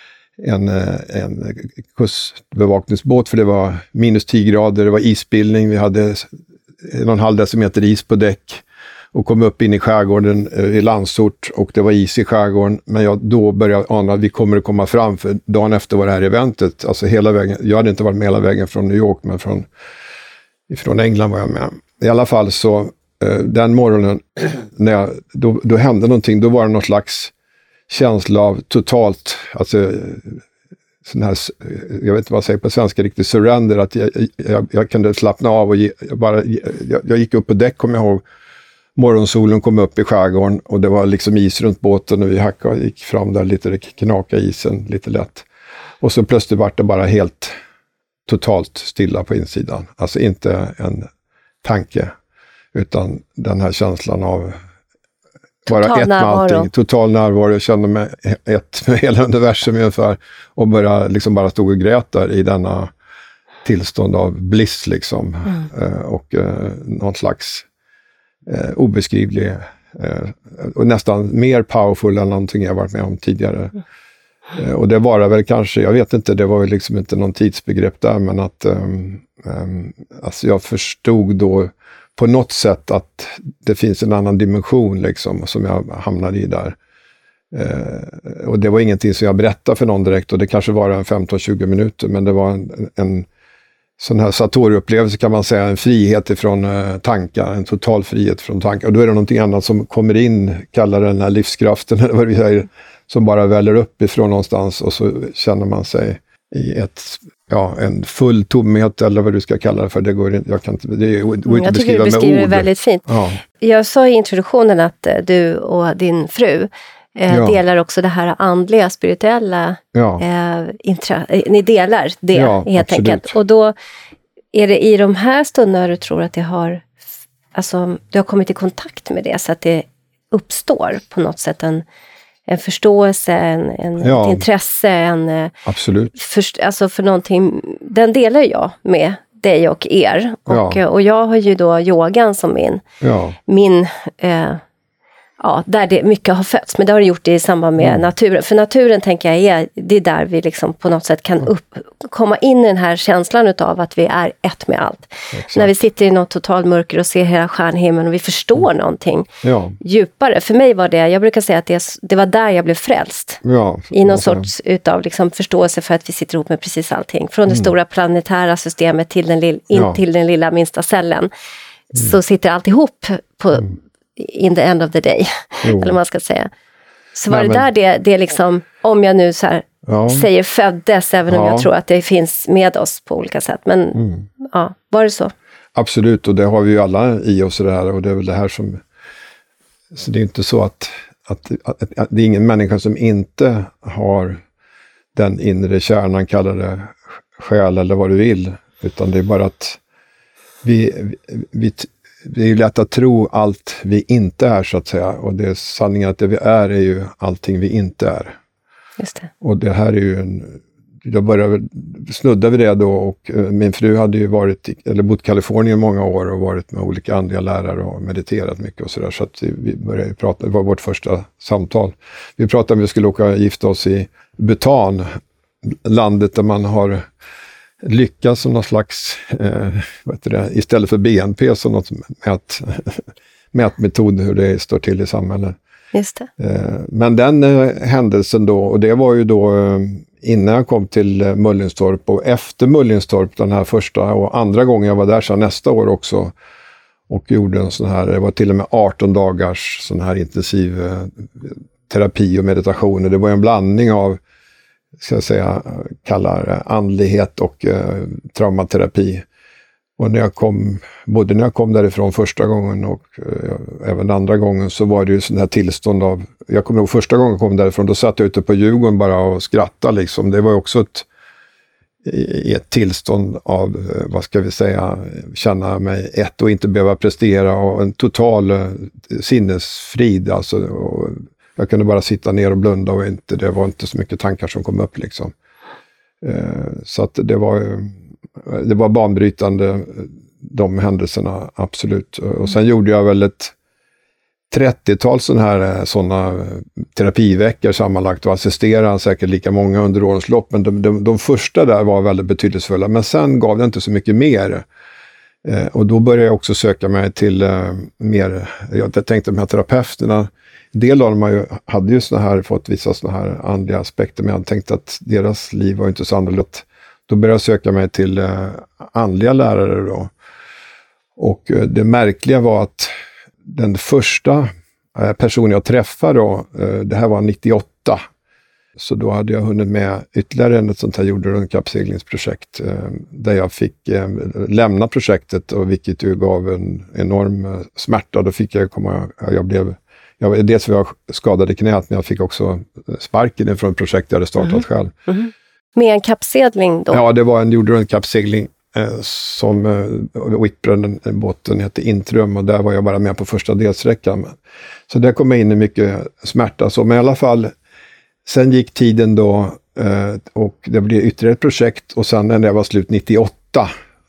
kustbevakningsbåt, för det var minus 10 grader, det var isbildning, vi hade 1,5 decimeter is på däck och kom upp in i skärgården i Landsort, och det var is i skärgården, men jag då började ana att vi kommer att komma fram, för dagen efter var det här eventet, alltså hela vägen, jag hade inte varit med hela vägen från New York, men från England var jag med. I alla fall så den morgonen när då hände någonting, då var det någon slags känsla av totalt, alltså sån här, jag vet inte vad jag säger på svenska riktigt, surrender, att jag kunde slappna av och jag gick upp på däck, kommer jag ihåg. Morgonsolen kom upp i skärgården, och det var liksom is runt båten, och vi gick fram där lite, det knaka isen lite lätt. Och så plötsligt var det bara helt totalt stilla på insidan. Alltså inte en tanke, utan den här känslan av bara ett med allting. Total närvaro. Jag kände mig ett med hela universum ungefär, och bara stod och grät där i denna tillstånd av bliss liksom. Och någon slags obeskrivlig och nästan mer powerful än någonting jag varit med om tidigare. Och det var väl kanske, jag vet inte, det var ju liksom inte någon tidsbegrepp där, men att alltså jag förstod då på något sätt att det finns en annan dimension liksom, som jag hamnade i där. Och det var ingenting som jag berättade för någon direkt, och det kanske var en 15-20 minuter, men det var en sån här Satori-upplevelse, kan man säga, en frihet ifrån tankar, en total frihet från tankar. Och då är det någonting annat som kommer in, kallar den här livskraften, eller vad vi säger, som bara väller upp ifrån någonstans, och så känner man sig i en full tomhet, eller vad du ska kalla det för. Det går inte, jag kan inte, det går inte jag tycker du beskriver det väldigt fint. Ja. Jag sa i introduktionen att du och din fru delar också det här andliga, spirituella, ni delar det helt enkelt. Och då är det i de här stunderna du tror att du har kommit i kontakt med det, så att det uppstår på något sätt en förståelse, ett intresse, absolut. För någonting, den delar jag med dig och er. Och jag har ju då yogan som min där det mycket har fötts, men det har det gjort i samband med naturen. För naturen tänker jag det är där vi liksom på något sätt kan komma in i den här känslan utav att vi är ett med allt. Exakt. När vi sitter i något total mörker och ser hela stjärnhimlen och vi förstår någonting djupare. För mig var det, jag brukar säga att det var där jag blev frälst. I någon sorts utav liksom förståelse för att vi sitter ihop med precis allting. Från det stora planetära systemet till till den lilla minsta cellen. Så sitter allt ihop på in the end of the day, eller man ska säga. Så var det där det liksom, om jag nu så här säger föddes, även om jag tror att det finns med oss på olika sätt. Men var det så? Absolut, och det har vi ju alla i oss det här, och det är väl det här som, så det är inte så att det är ingen människa som inte har den inre kärnan, kallar det själ eller vad du vill, utan det är bara att det är ju lätt att tro allt vi inte är, så att säga. Och det är sanningen att det vi är ju allting vi inte är. Just det. Och det här är ju jag började snudda vid det då, och min fru hade ju bott i Kalifornien många år och varit med olika andliga lärare och mediterat mycket och sådär, så att vi började prata. Det var vårt första samtal. Vi pratade om att vi skulle åka och gifta oss i Bhutan, landet där man har lyckats som någon slags, istället för BNP, som något mätmetod hur det står till i samhället. Just det. Men den händelsen då, och det var ju då innan jag kom till Mullinstorp, och efter Mullinstorp, den här första och andra gången jag var där, så nästa år också, och gjorde en sån här, det var till och med 18 dagars sån här intensiv terapi och meditation. Det var en blandning av, ska jag säga, kallar andlighet och traumaterapi. Och både när jag kom därifrån första gången och även andra gången, så var det ju sån här tillstånd av, jag kommer ihåg första gången jag kom därifrån, då satt jag ute på Djurgården bara och skrattade liksom. Det var ju också ett tillstånd av, vad ska vi säga, känna mig och inte behöva prestera, och en total sinnesfrid alltså. Och jag kunde bara sitta ner och blunda, och det var inte så mycket tankar som kom upp liksom. Så att det var banbrytande, de händelserna, absolut. Och sen gjorde jag väl ett 30-tal sådana terapiveckor sammanlagt, och assisterade säkert lika många under årens lopp. Men de första där var väldigt betydelsefulla, men sen gav det inte så mycket mer. Och då började jag också söka mig till mer, jag tänkte de här terapeuterna, en del av dem hade ju fått vissa såna här andliga aspekter, men jag tänkte att deras liv var inte så annorlunda. Då började jag söka mig till andliga lärare då. Och det märkliga var att den första personen jag träffade då, det här var 98. Så då hade jag hunnit med ytterligare ett sånt här jordrundkappseglingsprojekt där jag fick lämna projektet, och vilket ju gav en enorm smärta. Då fick dels var jag skadad i knät, men jag fick också sparken från ett projekt jag hade startat själv. Mm. Med en kappsegling då? Ja, det var en jordrundkappsegling som Whitbread, båten hette Intrum, och där var jag bara med på första delsträckan. Så där kom jag in i mycket smärta. Så, men i alla fall, sen gick tiden då och det blev ytterligare ett projekt, och sen när jag var slut 98,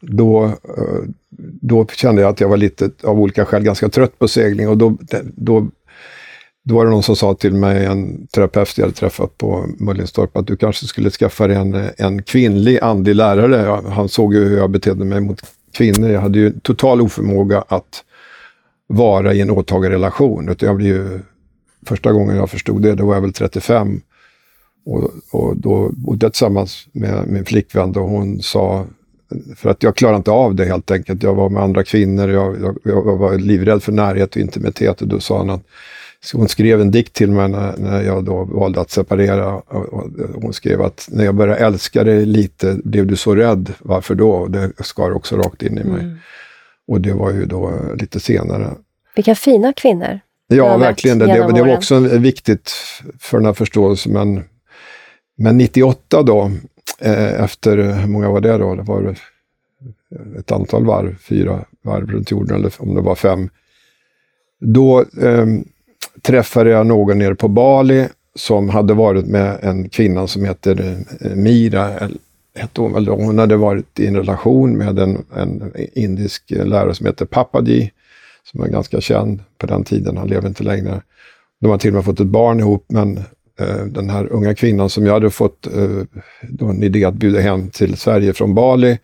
då kände jag att jag var lite av olika skäl ganska trött på segling, och då var det någon som sa till mig, en terapeut jag hade träffat på Mullinstorp, att du kanske skulle skaffa dig en kvinnlig andlig lärare. Han såg ju hur jag betedde mig mot kvinnor. Jag hade ju total oförmåga att vara i en åtagarrelation. Jag blev ju, första gången jag förstod det var jag väl 35. Och då bodde jag tillsammans med min flickvän, och hon sa, för att jag klarade inte av det helt enkelt. Jag var med andra kvinnor, jag var livrädd för närhet och intimitet, och då sa hon att hon skrev en dikt till mig när jag då valde att separera. Och hon skrev att när jag började älska dig lite blev du så rädd. Varför då? Och det skar också rakt in i mig. Mm. Och det var ju då lite senare. Vilka fina kvinnor. Ja, verkligen. Det var också viktigt för den här förståelsen. Men 98 då, efter, hur många var det då? Det var ett antal varv, 4 varv runt jorden, eller om det var 5. Då träffade jag någon nere på Bali som hade varit med en kvinna som heter Mira. Hon hade varit i en relation med en indisk lärare som heter Papaji, som var ganska känd på den tiden. Han lever inte längre. De har till och med fått ett barn ihop, men den här unga kvinnan som jag hade fått då en idé att bjuda hem till Sverige från Bali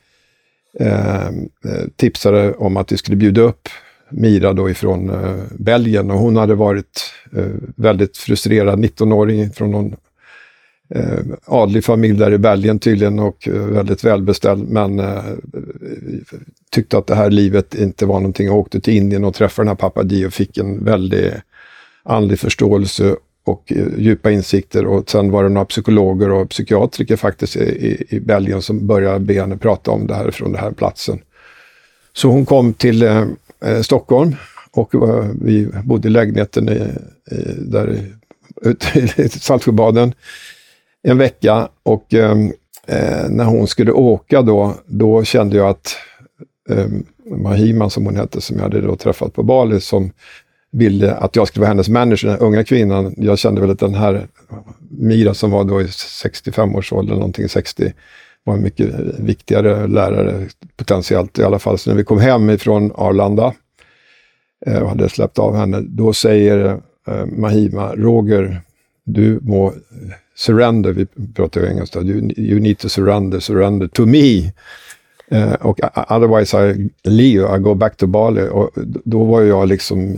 tipsade om att vi skulle bjuda upp Mira då ifrån Belgien, och hon hade varit väldigt frustrerad 19-åring från någon adlig familj där i Belgien tydligen, och väldigt välbeställd, men tyckte att det här livet inte var någonting, och åkte till Indien och träffade den här Papaji och fick en väldigt andlig förståelse och djupa insikter. Och sen var det några psykologer och psykiatriker faktiskt i Belgien som började be henne prata om det här från den här platsen. Så hon kom till Stockholm, och vi bodde i lägenheten där ute i Saltsjöbaden en vecka, och när hon skulle åka då kände jag att Mahima, som hon hette, som jag hade då träffat på Bali, som ville att jag skulle vara hennes manager, den unga kvinnan. Jag kände väl att den här Mira som var då i 65 års ålder, någonting 60, var en mycket viktigare lärare potentiellt i alla fall. Så när vi kom hem ifrån Arlanda och hade släppt av henne, då säger Mahima, Roger, du må surrender, vi pratar ju engelska, you need to surrender to me. Och otherwise I leave, I go back to Bali. Och då var jag liksom,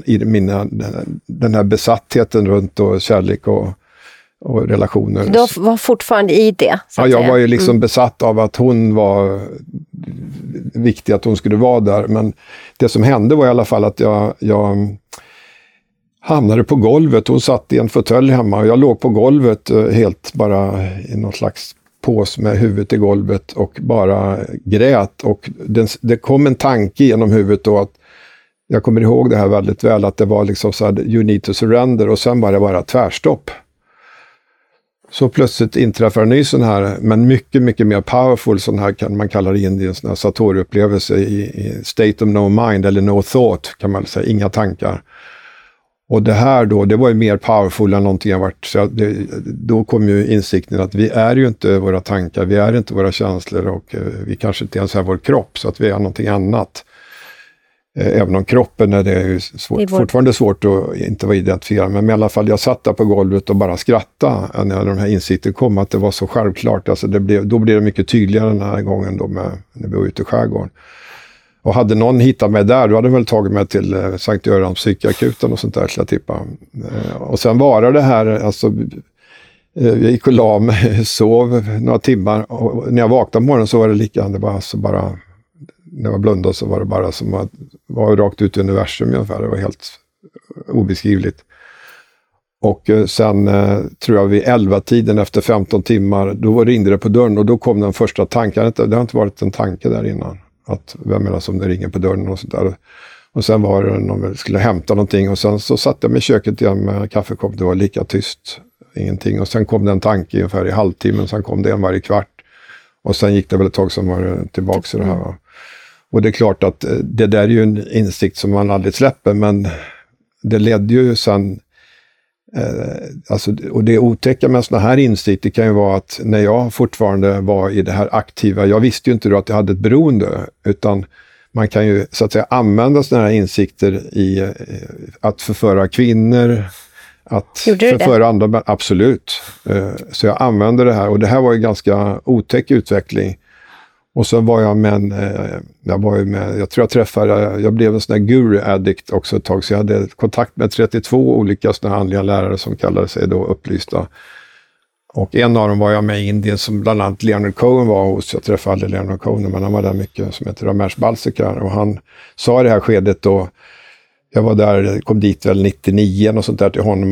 den här besattheten runt och kärlek och relationer. Så du var fortfarande i det? Så att jag säga. var ju liksom besatt av att hon var viktig, att hon skulle vara där. Men det som hände var i alla fall att jag hamnade på golvet. Hon satt i en fåtölj hemma och jag låg på golvet helt bara i någon slags pås med huvudet i golvet och bara grät. Och det kom en tanke genom huvudet då att jag kommer ihåg det här väldigt väl, att det var liksom så här, you need to surrender, och sen var det bara tvärstopp. Så plötsligt inträffar en ny sån här, men mycket, mycket mer powerful sån här, kan man kalla det i Indien, sån här Satori-upplevelse i state of no mind, eller no thought kan man säga, inga tankar. Och det här då, det var ju mer powerful än någonting jag varit. Så då kom ju insikten att vi är ju inte våra tankar, vi är inte våra känslor, och vi kanske inte ens är vår kropp, så att vi är någonting annat. Även om kroppen är det fortfarande svårt att inte vara identifierad. Men i alla fall, jag satt där på golvet och bara skrattade när de här insikterna kom, att det var så självklart. Alltså då blev det mycket tydligare den här gången då när vi var ute i skärgården. Och hade någon hittat mig där, då hade väl tagit mig till Sankt Görans psykakuten och sånt där, så jag tippa. Och sen var det här, alltså, jag gick och la mig, sov några timmar, och när jag vaknade på morgonen så var det likadant. Det var alltså bara, när jag blundade så var det bara som att vara rakt ut i universum ungefär. Det var helt obeskrivligt. Och sen tror jag vid 11-tiden efter 15 timmar, då ringde det på dörren och då kom den första tanken. Det har inte varit en tanke där innan. Att vem är det som det ringer på dörren och sådär. Och sen var det någon skulle hämta någonting, och sen så satt jag med köket igen med kaffekopp. Det var lika tyst, ingenting. Och sen kom det en tanke ungefär i halvtimmen, sen kom det en varje kvart. Och sen gick det väl ett tag som var det tillbaka i det här. Va? Och det är klart att det där är ju en insikt som man aldrig släpper, men det ledde ju sen, alltså, och det otäcka med såna här insikter kan ju vara att när jag fortfarande var i det här aktiva, jag visste ju inte då att jag hade ett beroende, utan man kan ju så att säga använda såna här insikter i att förföra kvinnor, att förföra andra, absolut. Så jag använde det här, och det här var ju ganska otäck utveckling. Och så var jag med jag tror jag träffade, jag blev en sån här guru-addict också ett tag, så jag hade kontakt med 32 olika såna här andliga lärare som kallade sig då upplysta. Och en av dem var jag med i Indien, som bland annat Leonard Cohen var hos. Jag träffade aldrig Leonard Cohen, men han var där mycket, som heter Ramesh Balsekar. Och han sa i det här skedet då, jag var där, kom dit väl 99 och sånt där till honom,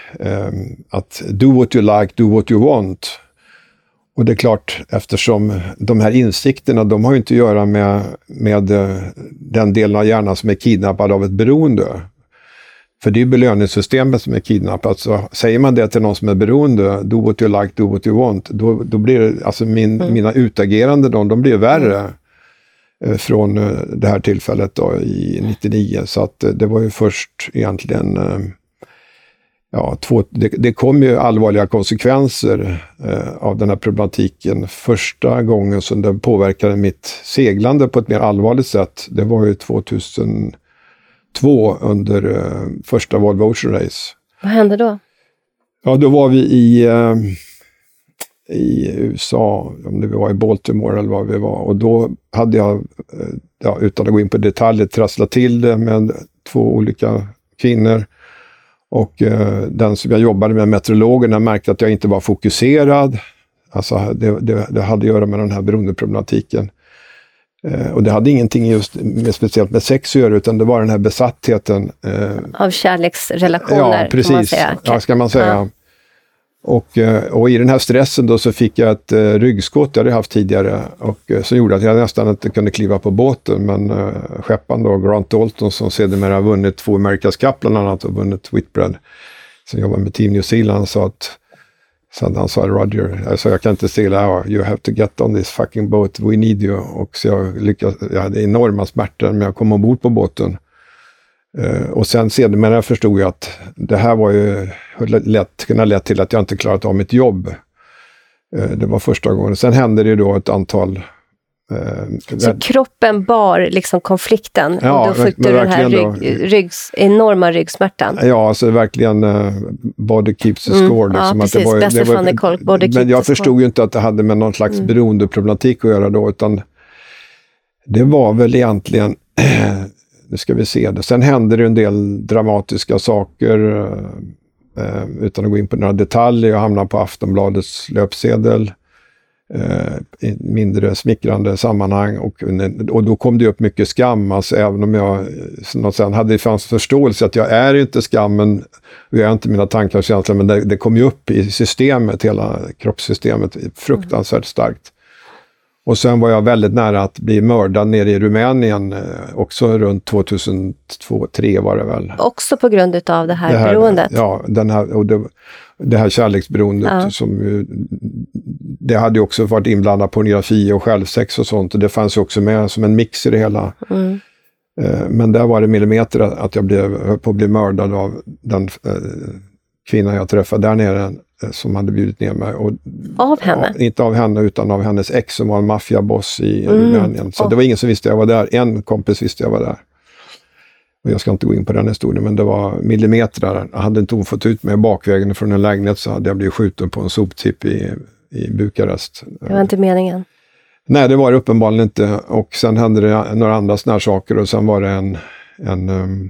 att do what you like, do what you want. Och det är klart, eftersom de här insikterna, de har ju inte att göra med den delen av hjärnan som är kidnappad av ett beroende. För det är ju belöningssystemet som är kidnappat. Så säger man det till någon som är beroende, do what you like, do what you want, då blir det, alltså mina utagerande, de blir värre från det här tillfället då i 99. Så att det var ju först egentligen, det kom ju allvarliga konsekvenser av den här problematiken. Första gången som det påverkade mitt seglande på ett mer allvarligt sätt, det var ju 2002 under första Volvo Ocean Race. Vad hände då? Ja, då var vi i USA, om det var i Baltimore eller vad vi var. Och då hade jag, utan att gå in på detaljer, trasslat till det med 2 olika kvinnor. Och den som jag jobbade med, meteorologerna, märkte att jag inte var fokuserad. Alltså det hade att göra med den här beroendeproblematiken. Och det hade ingenting just speciellt med sex att göra, utan det var den här besattheten. Av kärleksrelationer, ja, precis. Kan man säga. Ja, ska man säga. Ja. Och i den här stressen då så fick jag ett ryggskott jag hade haft tidigare, och som gjorde att jag nästan inte kunde kliva på båten. Men skepparen då, Grant Dalton, som sedermera har vunnit 2 America's Cup bland annat och vunnit Whitbread, som jobbar med Team New Zealand, han sa Roger, alltså jag kan inte segla, you have to get on this fucking boat, we need you. Och så jag hade enorma smärtor, men jag kom ombord på båten. Och sen sedermera förstod jag att det här var ju kunde lett till att jag inte klarat av mitt jobb. Det var första gången. Sen hände det då ett antal... Så kroppen bar liksom konflikten, ja, och då fick du den här enorma ryggsmärtan? Ja, alltså verkligen body keeps the score. Liksom, ja, precis. Men jag förstod ju inte att det hade med någon slags beroendeproblematik att göra då, utan det var väl egentligen... Nu ska vi se det. Sen hände det en del dramatiska saker utan att gå in på några detaljer. Jag hamnade på Aftonbladets löpsedel i mindre smickrande sammanhang och då kom det upp mycket skam. Alltså, även om jag sen hade fanns förståelse att jag är inte skammen och jag är inte mina tankar och känslor, men det kom ju upp i systemet, hela kroppssystemet, fruktansvärt starkt. Och sen var jag väldigt nära att bli mördad nere i Rumänien, också runt 2002-2003 var det väl. Också på grund av det här beroendet? Ja, det här kärleksberoendet som ju, det hade ju också varit inblandat pornografi och självsex och sånt, och det fanns ju också med som en mix i det hela. Men där var det millimeter att jag höll på att bli mördad av den kvinnan jag träffade där nere, som hade bjudit ner mig. Och, av henne? Ja, inte av henne utan av hennes ex som var en maffiaboss i Rumänien. Så det var ingen som visste jag var där. En kompis visste jag var där. Och jag ska inte gå in på den historien, men det var millimeter. Hade inte hon fått ut mig bakvägen från en lägenhet så hade jag blivit skjuten på en soptipp i Bukarest. Det var inte meningen? Nej, det var det uppenbarligen inte. Och sen hände det några andra såna här saker, och sen var det en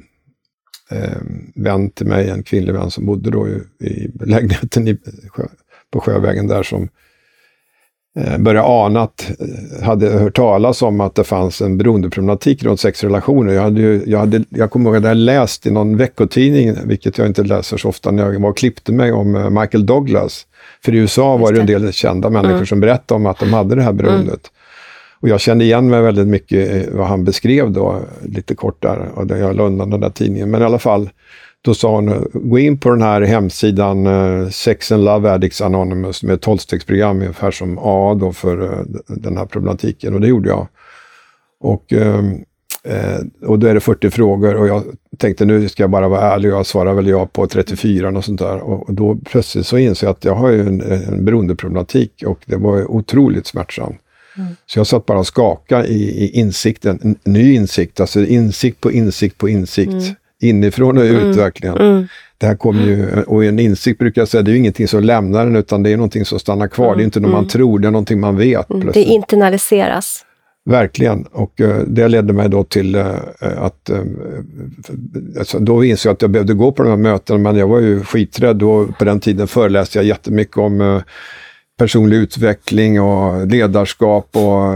vän till mig, en kvinnlig vän som bodde då i lägenheten på Sjövägen där, som började ana att hade hört talas om att det fanns en beroendeproblematik runt sexrelationer. Jag kommer ihåg att jag hade läst i någon veckotidning, vilket jag inte läser så ofta, när jag var och klippte mig, om Michael Douglas. För i USA var det en del kända människor som berättade om att de hade det här beroendet. Och jag kände igen mig väldigt mycket vad han beskrev då, lite kort där, och jag la undan den där tidningen. Men i alla fall, då sa hon, gå in på den här hemsidan Sex and Love Addicts Anonymous med ett 12-stegsprogram ungefär som AA då för den här problematiken. Och det gjorde jag. Och då är det 40 frågor, och jag tänkte nu ska jag bara vara ärlig, och jag svarar väl ja på 34 och sånt där. Och då plötsligt så inser jag att jag har ju en beroendeproblematik, och det var otroligt smärtsamt. Så jag satt bara och skakade i insikten, en ny insikt, alltså insikt på insikt på insikt, inifrån och ut verkligen. Det här kommer ju, och en insikt brukar jag säga, det är ju ingenting som lämnar den, utan det är någonting som stannar kvar, det är inte något man tror, det är någonting man vet. Plötsligt. Det internaliseras. Verkligen, och det ledde mig då till att alltså, då insåg jag att jag behövde gå på de här mötena, men jag var ju skiträdd, och på den tiden föreläste jag jättemycket om personlig utveckling och ledarskap och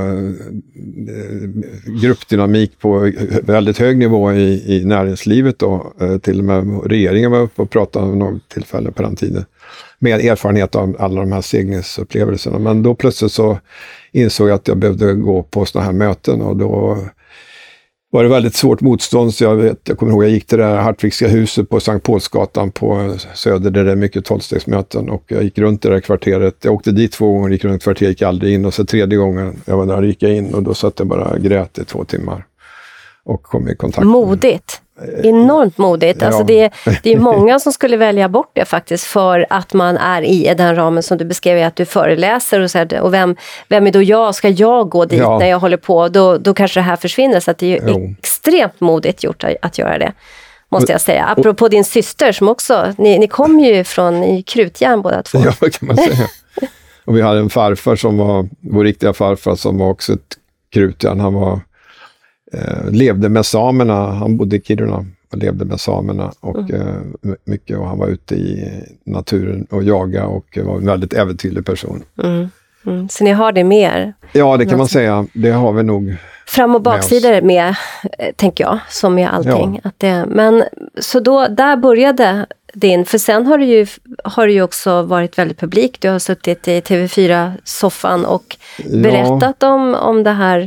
gruppdynamik på väldigt hög nivå i näringslivet då. Till och med regeringen var uppe och pratade om något tillfälle på den tiden. Med erfarenhet av alla de här seglingsupplevelserna. Men då plötsligt så insåg jag att jag behövde gå på såna här möten, och då var det väldigt svårt motstånd, så jag kommer ihåg jag gick till det här Hartvikska huset på Sankt Paulsgatan på Söder, där det är mycket 12-stegsmöten, och jag gick runt i det där kvarteret. Jag åkte dit 2 gånger, gick runt kvarteret, gick aldrig in, och så 3:e gången jag var där gick jag in, och då satt jag bara grät i 2 timmar och kom i kontakt. Modigt. Enormt modigt. Ja. Alltså det är många som skulle välja bort det faktiskt, för att man är i den ramen som du beskrev, att du föreläser och så här, och vem är då jag? Ska jag gå dit när jag håller på? Då kanske det här försvinner, så att det är ju extremt modigt gjort att göra det, måste jag säga. Apropå din syster som också, ni kom ju från krutjärn båda två. Ja, kan man säga. Och vi hade en farfar som var vår riktiga farfar, som var också ett krutjärn. Han var levde med samerna, han bodde i Kiruna och levde med samerna och mycket, och han var ute i naturen och jaga, och var en väldigt äventyrlig person. Så ni har det mer? Ja, det kan man säga. Det har vi nog. Fram- och baksidor med, tänker jag, som med allting. Ja. Men så då, där började din, för sen har du ju också varit väldigt publik. Du har suttit i TV4-soffan och berättat om det här.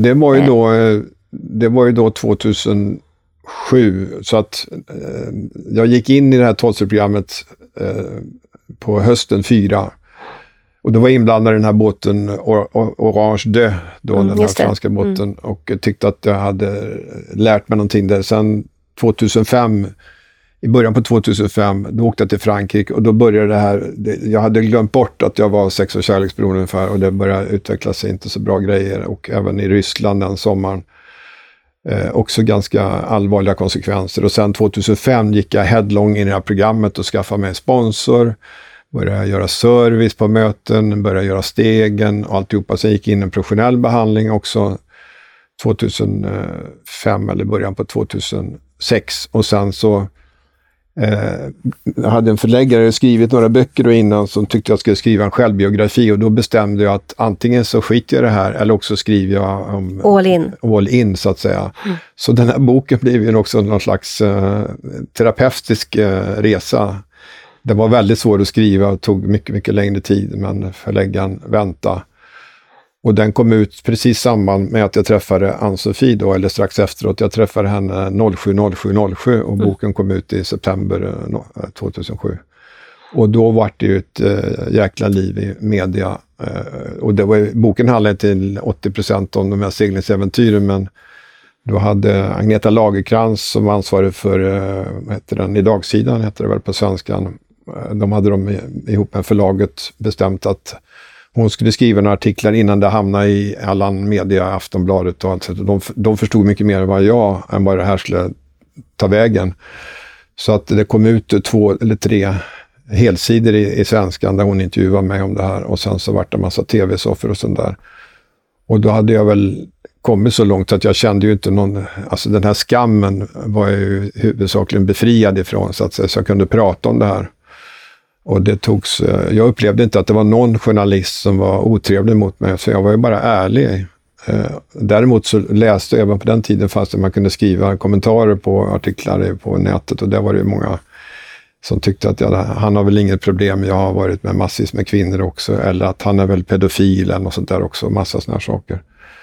Det var ju då 2007, så att jag gick in i det här 12-programmet på hösten 4. Och då var jag inblandad i den här båten Orange Deux, då den här franska båten, och tyckte att jag hade lärt mig någonting där. Sen 2005, i början på 2005, då åkte jag till Frankrike och då började det här, jag hade glömt bort att jag var sex- och kärleksberoende ungefär och det började utveckla sig inte så bra grejer och även i Ryssland den sommaren. Också ganska allvarliga konsekvenser och sen 2005 gick jag headlong in i det här programmet och skaffade mig sponsor, började göra service på möten, började göra stegen och alltihopa. Sen gick in en professionell behandling också 2005 eller början på 2006 och sen så jag hade en förläggare skrivit några böcker då innan som tyckte jag skulle skriva en självbiografi och då bestämde jag att antingen så skiter jag det här eller också skriver jag om all in så att säga. Så den här boken blev ju också någon slags terapeutisk resa. Det var väldigt svårt att skriva och tog mycket, mycket längre tid men förläggaren väntade. Och den kom ut precis samband med att jag träffade Ann-Sofie då, eller strax efteråt. Jag träffade henne 07 och boken kom ut i september 2007. Och då var det ju ett jäkla liv i media. Och boken handlade till 80% om de här seglingsäventyren, men då hade Agneta Lagerkrans som var ansvarig för, vad heter den, Idagsidan heter det väl på svenskan. De hade ihop med förlaget bestämt att hon skulle skriva några artiklar innan det hamnade i Allan Media, Aftonbladet och allt sånt. De förstod mycket mer än vad det här skulle ta vägen. Så att det kom ut 2 eller 3 helsidor i svenskan där hon intervjuade mig om det här. Och sen så var det en massa tv-soffer och sånt där. Och då hade jag väl kommit så långt att jag kände ju inte någon, alltså den här skammen var jag ju huvudsakligen befriad ifrån så jag kunde prata om det här. Och jag upplevde inte att det var någon journalist som var otrevlig mot mig, så jag var ju bara ärlig. Däremot så läste jag även på den tiden fast att man kunde skriva kommentarer på artiklar på nätet och där var det ju många som tyckte att han har väl inget problem, jag har varit med massvis med kvinnor också, eller att han är väl pedofil eller något sånt där också, massa såna här saker.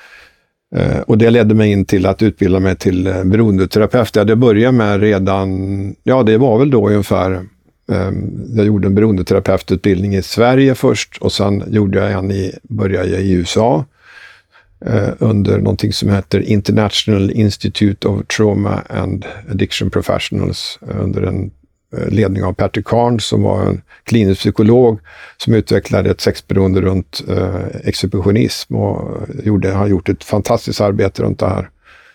Och det ledde mig in till att utbilda mig till beroendeterapeut. Jag började med det var väl då ungefär. Jag gjorde en beroendeterapeututbildning i Sverige först och sen började jag i USA under någonting som heter International Institute of Trauma and Addiction Professionals under en ledning av Patrick Carnes som var en klinisk psykolog som utvecklade ett sexberoende runt exhibitionism och har gjort ett fantastiskt arbete runt det här.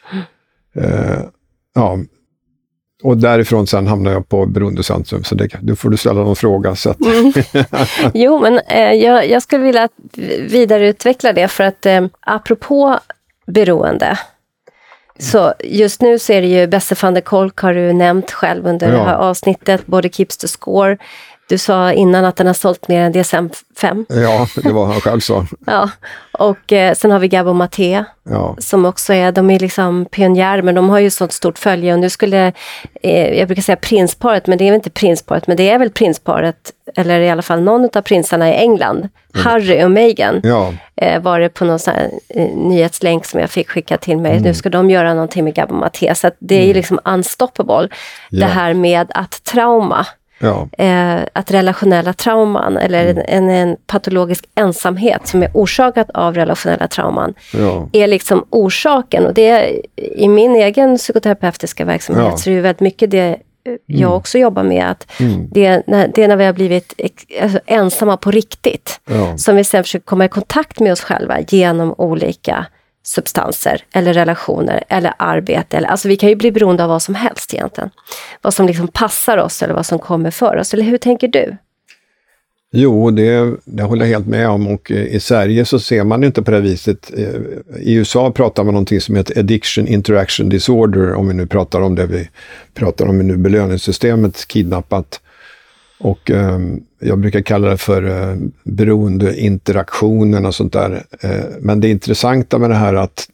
Och därifrån sen hamnade jag på Beroendecentrum, så då får du ställa någon fråga. Så att Jo, men jag skulle vilja vidareutveckla det för att apropå beroende, så just nu så är det ju Besse van der Kolk har du nämnt själv under det här avsnittet, Body Keeps the Score. Du sa innan att den har sålt mer än DSM-5. Ja, det var han själv så. Ja, och sen har vi Gabo Maté som också de är liksom pionjärer, men de har ju sånt stort följe. Och nu skulle, jag brukar säga prinsparet, men det är väl inte prinsparet, men det är väl prinsparet, eller i alla fall någon av prinsarna i England, Harry och Meghan. Ja. Var det på någon sån här nyhetslänk som jag fick skicka till mig. Nu ska de göra någonting med Gabo Maté, så att det är ju liksom unstoppable. Ja. Det här med att trauma, att relationella trauman eller en patologisk ensamhet som är orsakat av relationella trauman är liksom orsaken, och det är, i min egen psykoterapeutiska verksamhet så är det väldigt mycket det jag också jobbar med, att det är när vi har blivit ensamma på riktigt som vi sen försöker komma i kontakt med oss själva genom olika substanser eller relationer eller arbete. Alltså vi kan ju bli beroende av vad som helst egentligen. Vad som liksom passar oss eller vad som kommer för oss. Eller hur tänker du? Jo, det håller jag helt med om, och i Sverige så ser man inte på det viset. I USA pratar man om någonting som heter Addiction Interaction Disorder, om vi nu pratar om det vi pratar om i nu, belöningssystemet kidnappat. Och jag brukar kalla det för beroendeinteraktionen och sånt där. Men det intressanta med det här att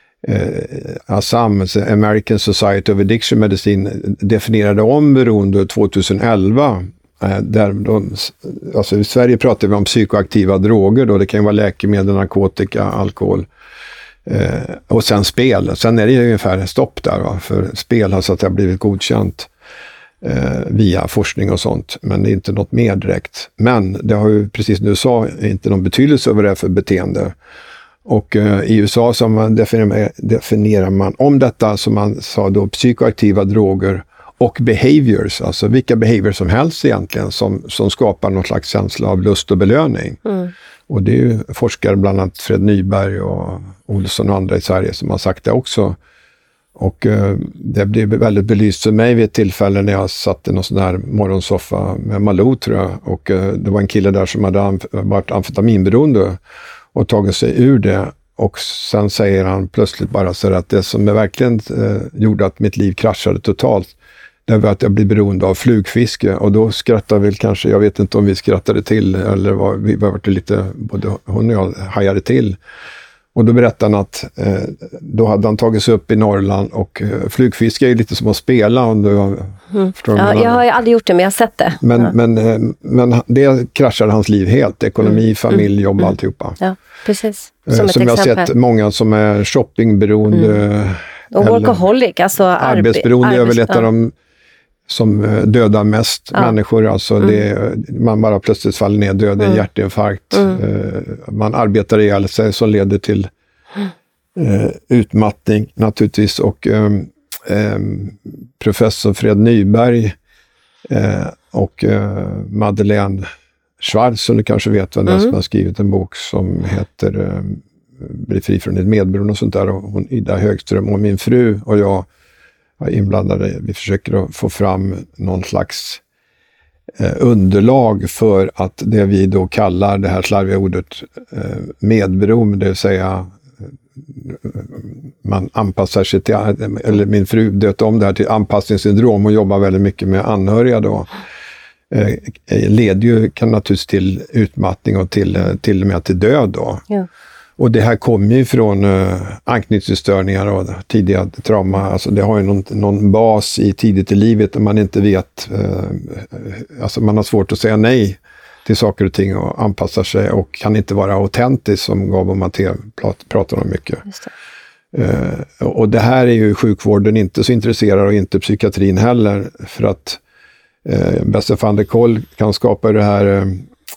ASAM, American Society of Addiction Medicine, definierade om beroende 2011. Alltså i Sverige pratar vi om psykoaktiva droger då, det kan ju vara läkemedel, narkotika, alkohol och sen spel. Sen är det ju ungefär stopp där, för spel har så att det har blivit godkänt via forskning och sånt, men det är inte något mer direkt. Men det har ju, precis som du sa, inte någon betydelse över det för beteende. Och i USA så definierar man om detta som man sa då psykoaktiva droger och behaviors, alltså vilka behaviors som helst egentligen som skapar någon slags känsla av lust och belöning. Och det är ju forskare bland annat Fred Nyberg och Olsson och andra i Sverige som har sagt det också. Och det blev väldigt belyst för mig vid ett tillfälle när jag satt i någon sån här morgonsoffa med Malou, tror jag. Och det var en kille där som hade varit amfetaminberoende och tagit sig ur det. Och sen säger han plötsligt bara så att det som verkligen gjorde att mitt liv kraschade totalt, det var att jag blev beroende av flugfiske. Och då skrattade väl kanske, jag vet inte om vi skrattade till eller vi var lite, både hon och jag hajade till. Och då berättade han att då hade han tagit sig upp i Norrland och flugfiske är ju lite som att spela. Om du jag har aldrig gjort det, men jag har sett det. Men det kraschade hans liv helt. Ekonomi, familj, jobb, alltihopa. Ja, precis. Som jag har sett många som är shoppingberoende. Och workaholic, alltså arbetsberoende är väl ett av de som dödar mest människor. Alltså man bara plötsligt faller ner död, en hjärtinfarkt. Man arbetar ihjäl sig som leder till utmattning naturligtvis. Och professor Fred Nyberg och Madeleine Schwartz, som du kanske vet, den som har skrivit en bok som heter Bli fri från ett medberoende och sånt där. Och hon, Ida Högström, och min fru och jag är inblandade. Vi försöker att få fram någon slags underlag för att det vi då kallar det här slarviga ordet medberoende, det vill säga man anpassar sig till, eller min fru döpte om det här till anpassningssyndrom och jobbar väldigt mycket med anhöriga då. Leder ju kan naturligtvis till utmattning och till och med till död då. Ja. Och det här kommer ju från anknytningsstörningar och tidiga trauma. Alltså det har ju någon bas i tidigt i livet där man inte vet, alltså man har svårt att säga nej till saker och ting och anpassar sig och kan inte vara autentisk, som Gabo Maté pratar om mycket. Och det här är ju sjukvården inte så intresserad och inte psykiatrin heller, för att Bessel van der Kolk kan skapa det här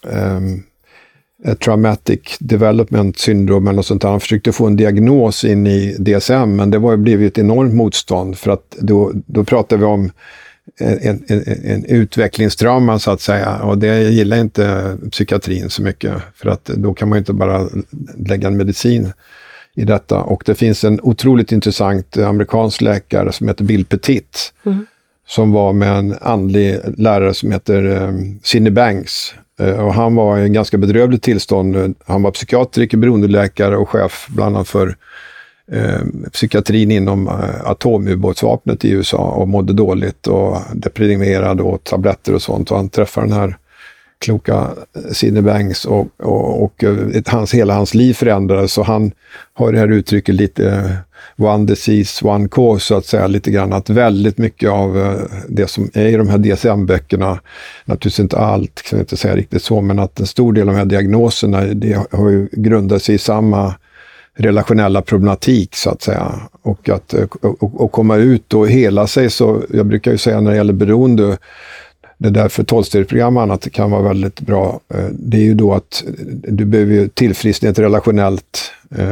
traumatic development syndrome eller något sånt där. Han försökte få en diagnos in i DSM, men det blev ju ett enormt motstånd, för att då pratar vi om en utvecklingstrauma så att säga, och det gillar inte psykiatrin så mycket, för att då kan man inte bara lägga en medicin i detta. Och det finns en otroligt intressant amerikansk läkare som heter Bill Petit, som var med en andlig lärare som heter Sidney Banks. Och han var i en ganska bedrövligt tillstånd. Han var psykiatriker, beroendeläkare och chef bland annat för psykiatrin inom atomubåtsvapnet i USA, och mådde dåligt och deprimerad och tabletter och sånt. Och han träffar den här kloka Sidney Banks och hela hans liv förändrades. Så han har det här uttrycket lite one disease, one cause, så att säga, lite grann, att väldigt mycket av det som är i de här DSM-böckerna, naturligtvis inte allt, kan jag inte säga riktigt så, men att en stor del av de här diagnoserna, det har ju grundat sig i samma relationella problematik så att säga, och att och komma ut och hela sig. Så jag brukar ju säga när det gäller beroende, det där för 12-stegsprogram och annat kan vara väldigt bra. Det är ju då att du behöver tillfriskna ett relationellt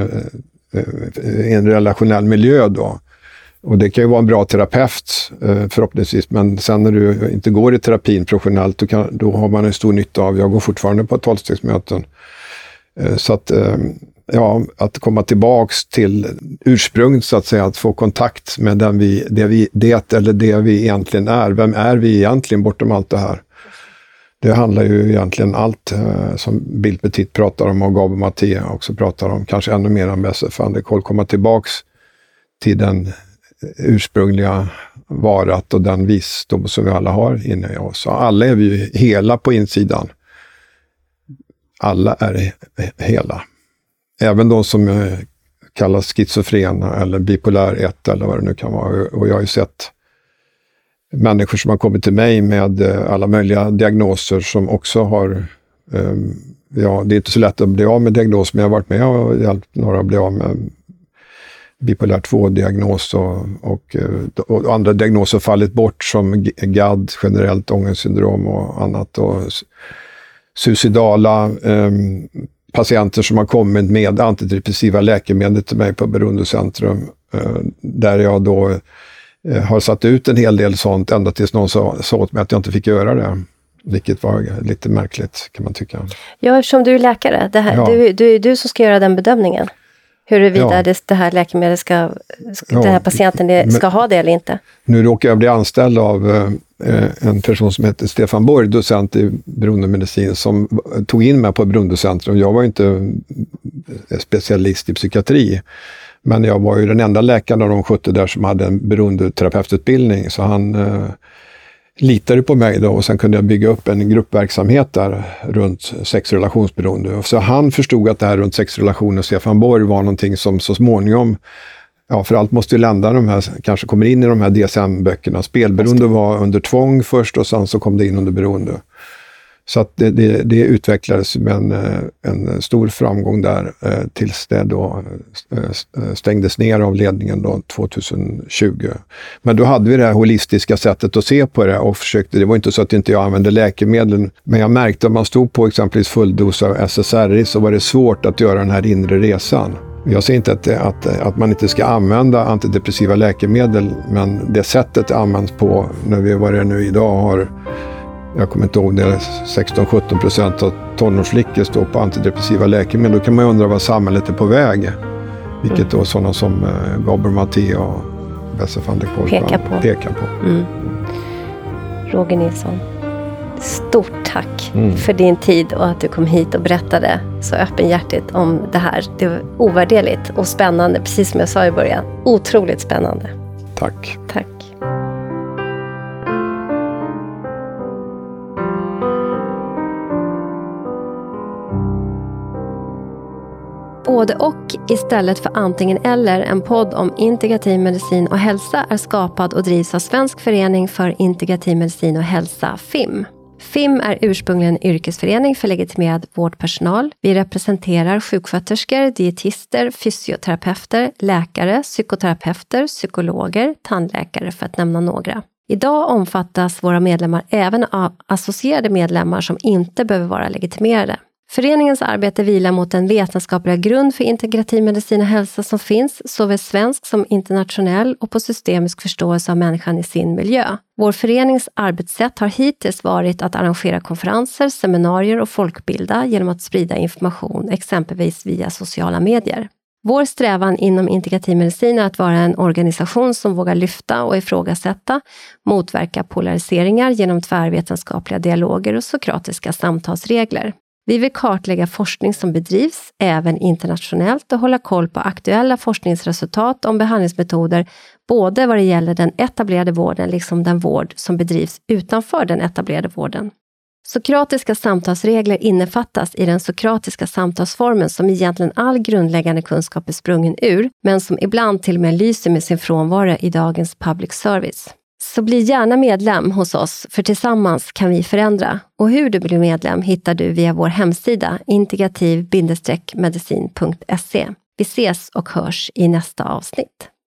en relationell miljö då. Och det kan ju vara en bra terapeut förhoppningsvis, men sen när du inte går i terapin professionellt, då har man en stor nytta av, jag går fortfarande på 12-stegsmöten. Så att att komma tillbaks till ursprung så att säga, att få kontakt med det vi egentligen är. Vem är vi egentligen bortom allt det här? Det handlar ju egentligen allt som Bill Petit pratar om och Gabo Maté också pratar om, kanske ännu mer än Bessel van der Kolk, komma tillbaks till den ursprungliga varat och den visdom som vi alla har inne i oss. Alla är vi ju hela på insidan. Alla är hela. Även de som kallas schizofrena eller bipolär 1 eller vad det nu kan vara. Och jag har ju sett människor som har kommit till mig med alla möjliga diagnoser som också har, det är inte så lätt att bli av med diagnos, men jag har varit med och hjälpt några att bli av med bipolär 2-diagnos och andra diagnoser fallit bort, som GAD, generellt ångestsyndrom och annat, och suicidala patienter som har kommit med antidepressiva läkemedel till mig på Beroendecentrum, där jag då har satt ut en hel del sånt ända tills någon sa åt mig att jag inte fick göra det. Vilket var lite märkligt, kan man tycka. Ja, eftersom du är läkare. Det är du som ska göra den bedömningen. Huruvida det här läkemedlet den här patienten ska ha det eller inte. Nu råkar jag bli anställd av en person som heter Stefan Borg, docent i beroendemedicin, som tog in mig på Beroendecentrum. Jag var inte specialist i psykiatri, men jag var ju den enda läkaren av de 70 där som hade en beroendeterapeututbildning, så han litade på mig då, och sen kunde jag bygga upp en gruppverksamhet där runt sexrelationsberoende. Så han förstod att det här runt sexrelationer, Stefan Borg, var någonting som så småningom, för allt måste ju lända de här, kanske kommer in i de här DSM-böckerna. Spelberoende var under tvång först och sen så kom det in under beroende. Så att det utvecklades med en stor framgång där tills det då stängdes ner av ledningen då 2020. Men då hade vi det här holistiska sättet att se på det och försökte, det var inte så att inte jag använde läkemedel, men jag märkte att man stod på exempelvis fulldos av SSRI så var det svårt att göra den här inre resan. Jag säger inte att man inte ska använda antidepressiva läkemedel, men det sättet det används på när vi var det nu idag har, jag kommer inte ihåg, det är 16-17% av tonårsflickor står på antidepressiva läkemedel. Då kan man ju undra vad samhället är på väg. Vilket då sådana som Gabor Maté och Besse van der Kolk pekar på. Roger Nilsson, stort tack för din tid och att du kom hit och berättade så öppenhjärtigt om det här. Det var ovärderligt och spännande, precis som jag sa i början. Otroligt spännande. Tack. Tack. Både och istället för antingen eller, en podd om integrativ medicin och hälsa är skapad och drivs av Svensk förening för integrativ medicin och hälsa, FIM. FIM är ursprungligen en yrkesförening för legitimerad vårdpersonal. Vi representerar sjuksköterskor, dietister, fysioterapeuter, läkare, psykoterapeuter, psykologer, tandläkare för att nämna några. Idag omfattas våra medlemmar även av associerade medlemmar som inte behöver vara legitimerade. Föreningens arbete vilar mot den vetenskapliga grund för integrativ medicin och hälsa som finns, såväl svensk som internationell, och på systemisk förståelse av människan i sin miljö. Vår förenings arbetssätt har hittills varit att arrangera konferenser, seminarier och folkbilda genom att sprida information, exempelvis via sociala medier. Vår strävan inom integrativ medicin är att vara en organisation som vågar lyfta och ifrågasätta, motverka polariseringar genom tvärvetenskapliga dialoger och sokratiska samtalsregler. Vi vill kartlägga forskning som bedrivs även internationellt och hålla koll på aktuella forskningsresultat om behandlingsmetoder, både vad det gäller den etablerade vården liksom den vård som bedrivs utanför den etablerade vården. Sokratiska samtalsregler innefattas i den sokratiska samtalsformen som egentligen all grundläggande kunskap är sprungen ur, men som ibland till och med lyser med sin frånvaro i dagens public service. Så bli gärna medlem hos oss, för tillsammans kan vi förändra. Och hur du blir medlem hittar du via vår hemsida integrativ-medicin.se. Vi ses och hörs i nästa avsnitt.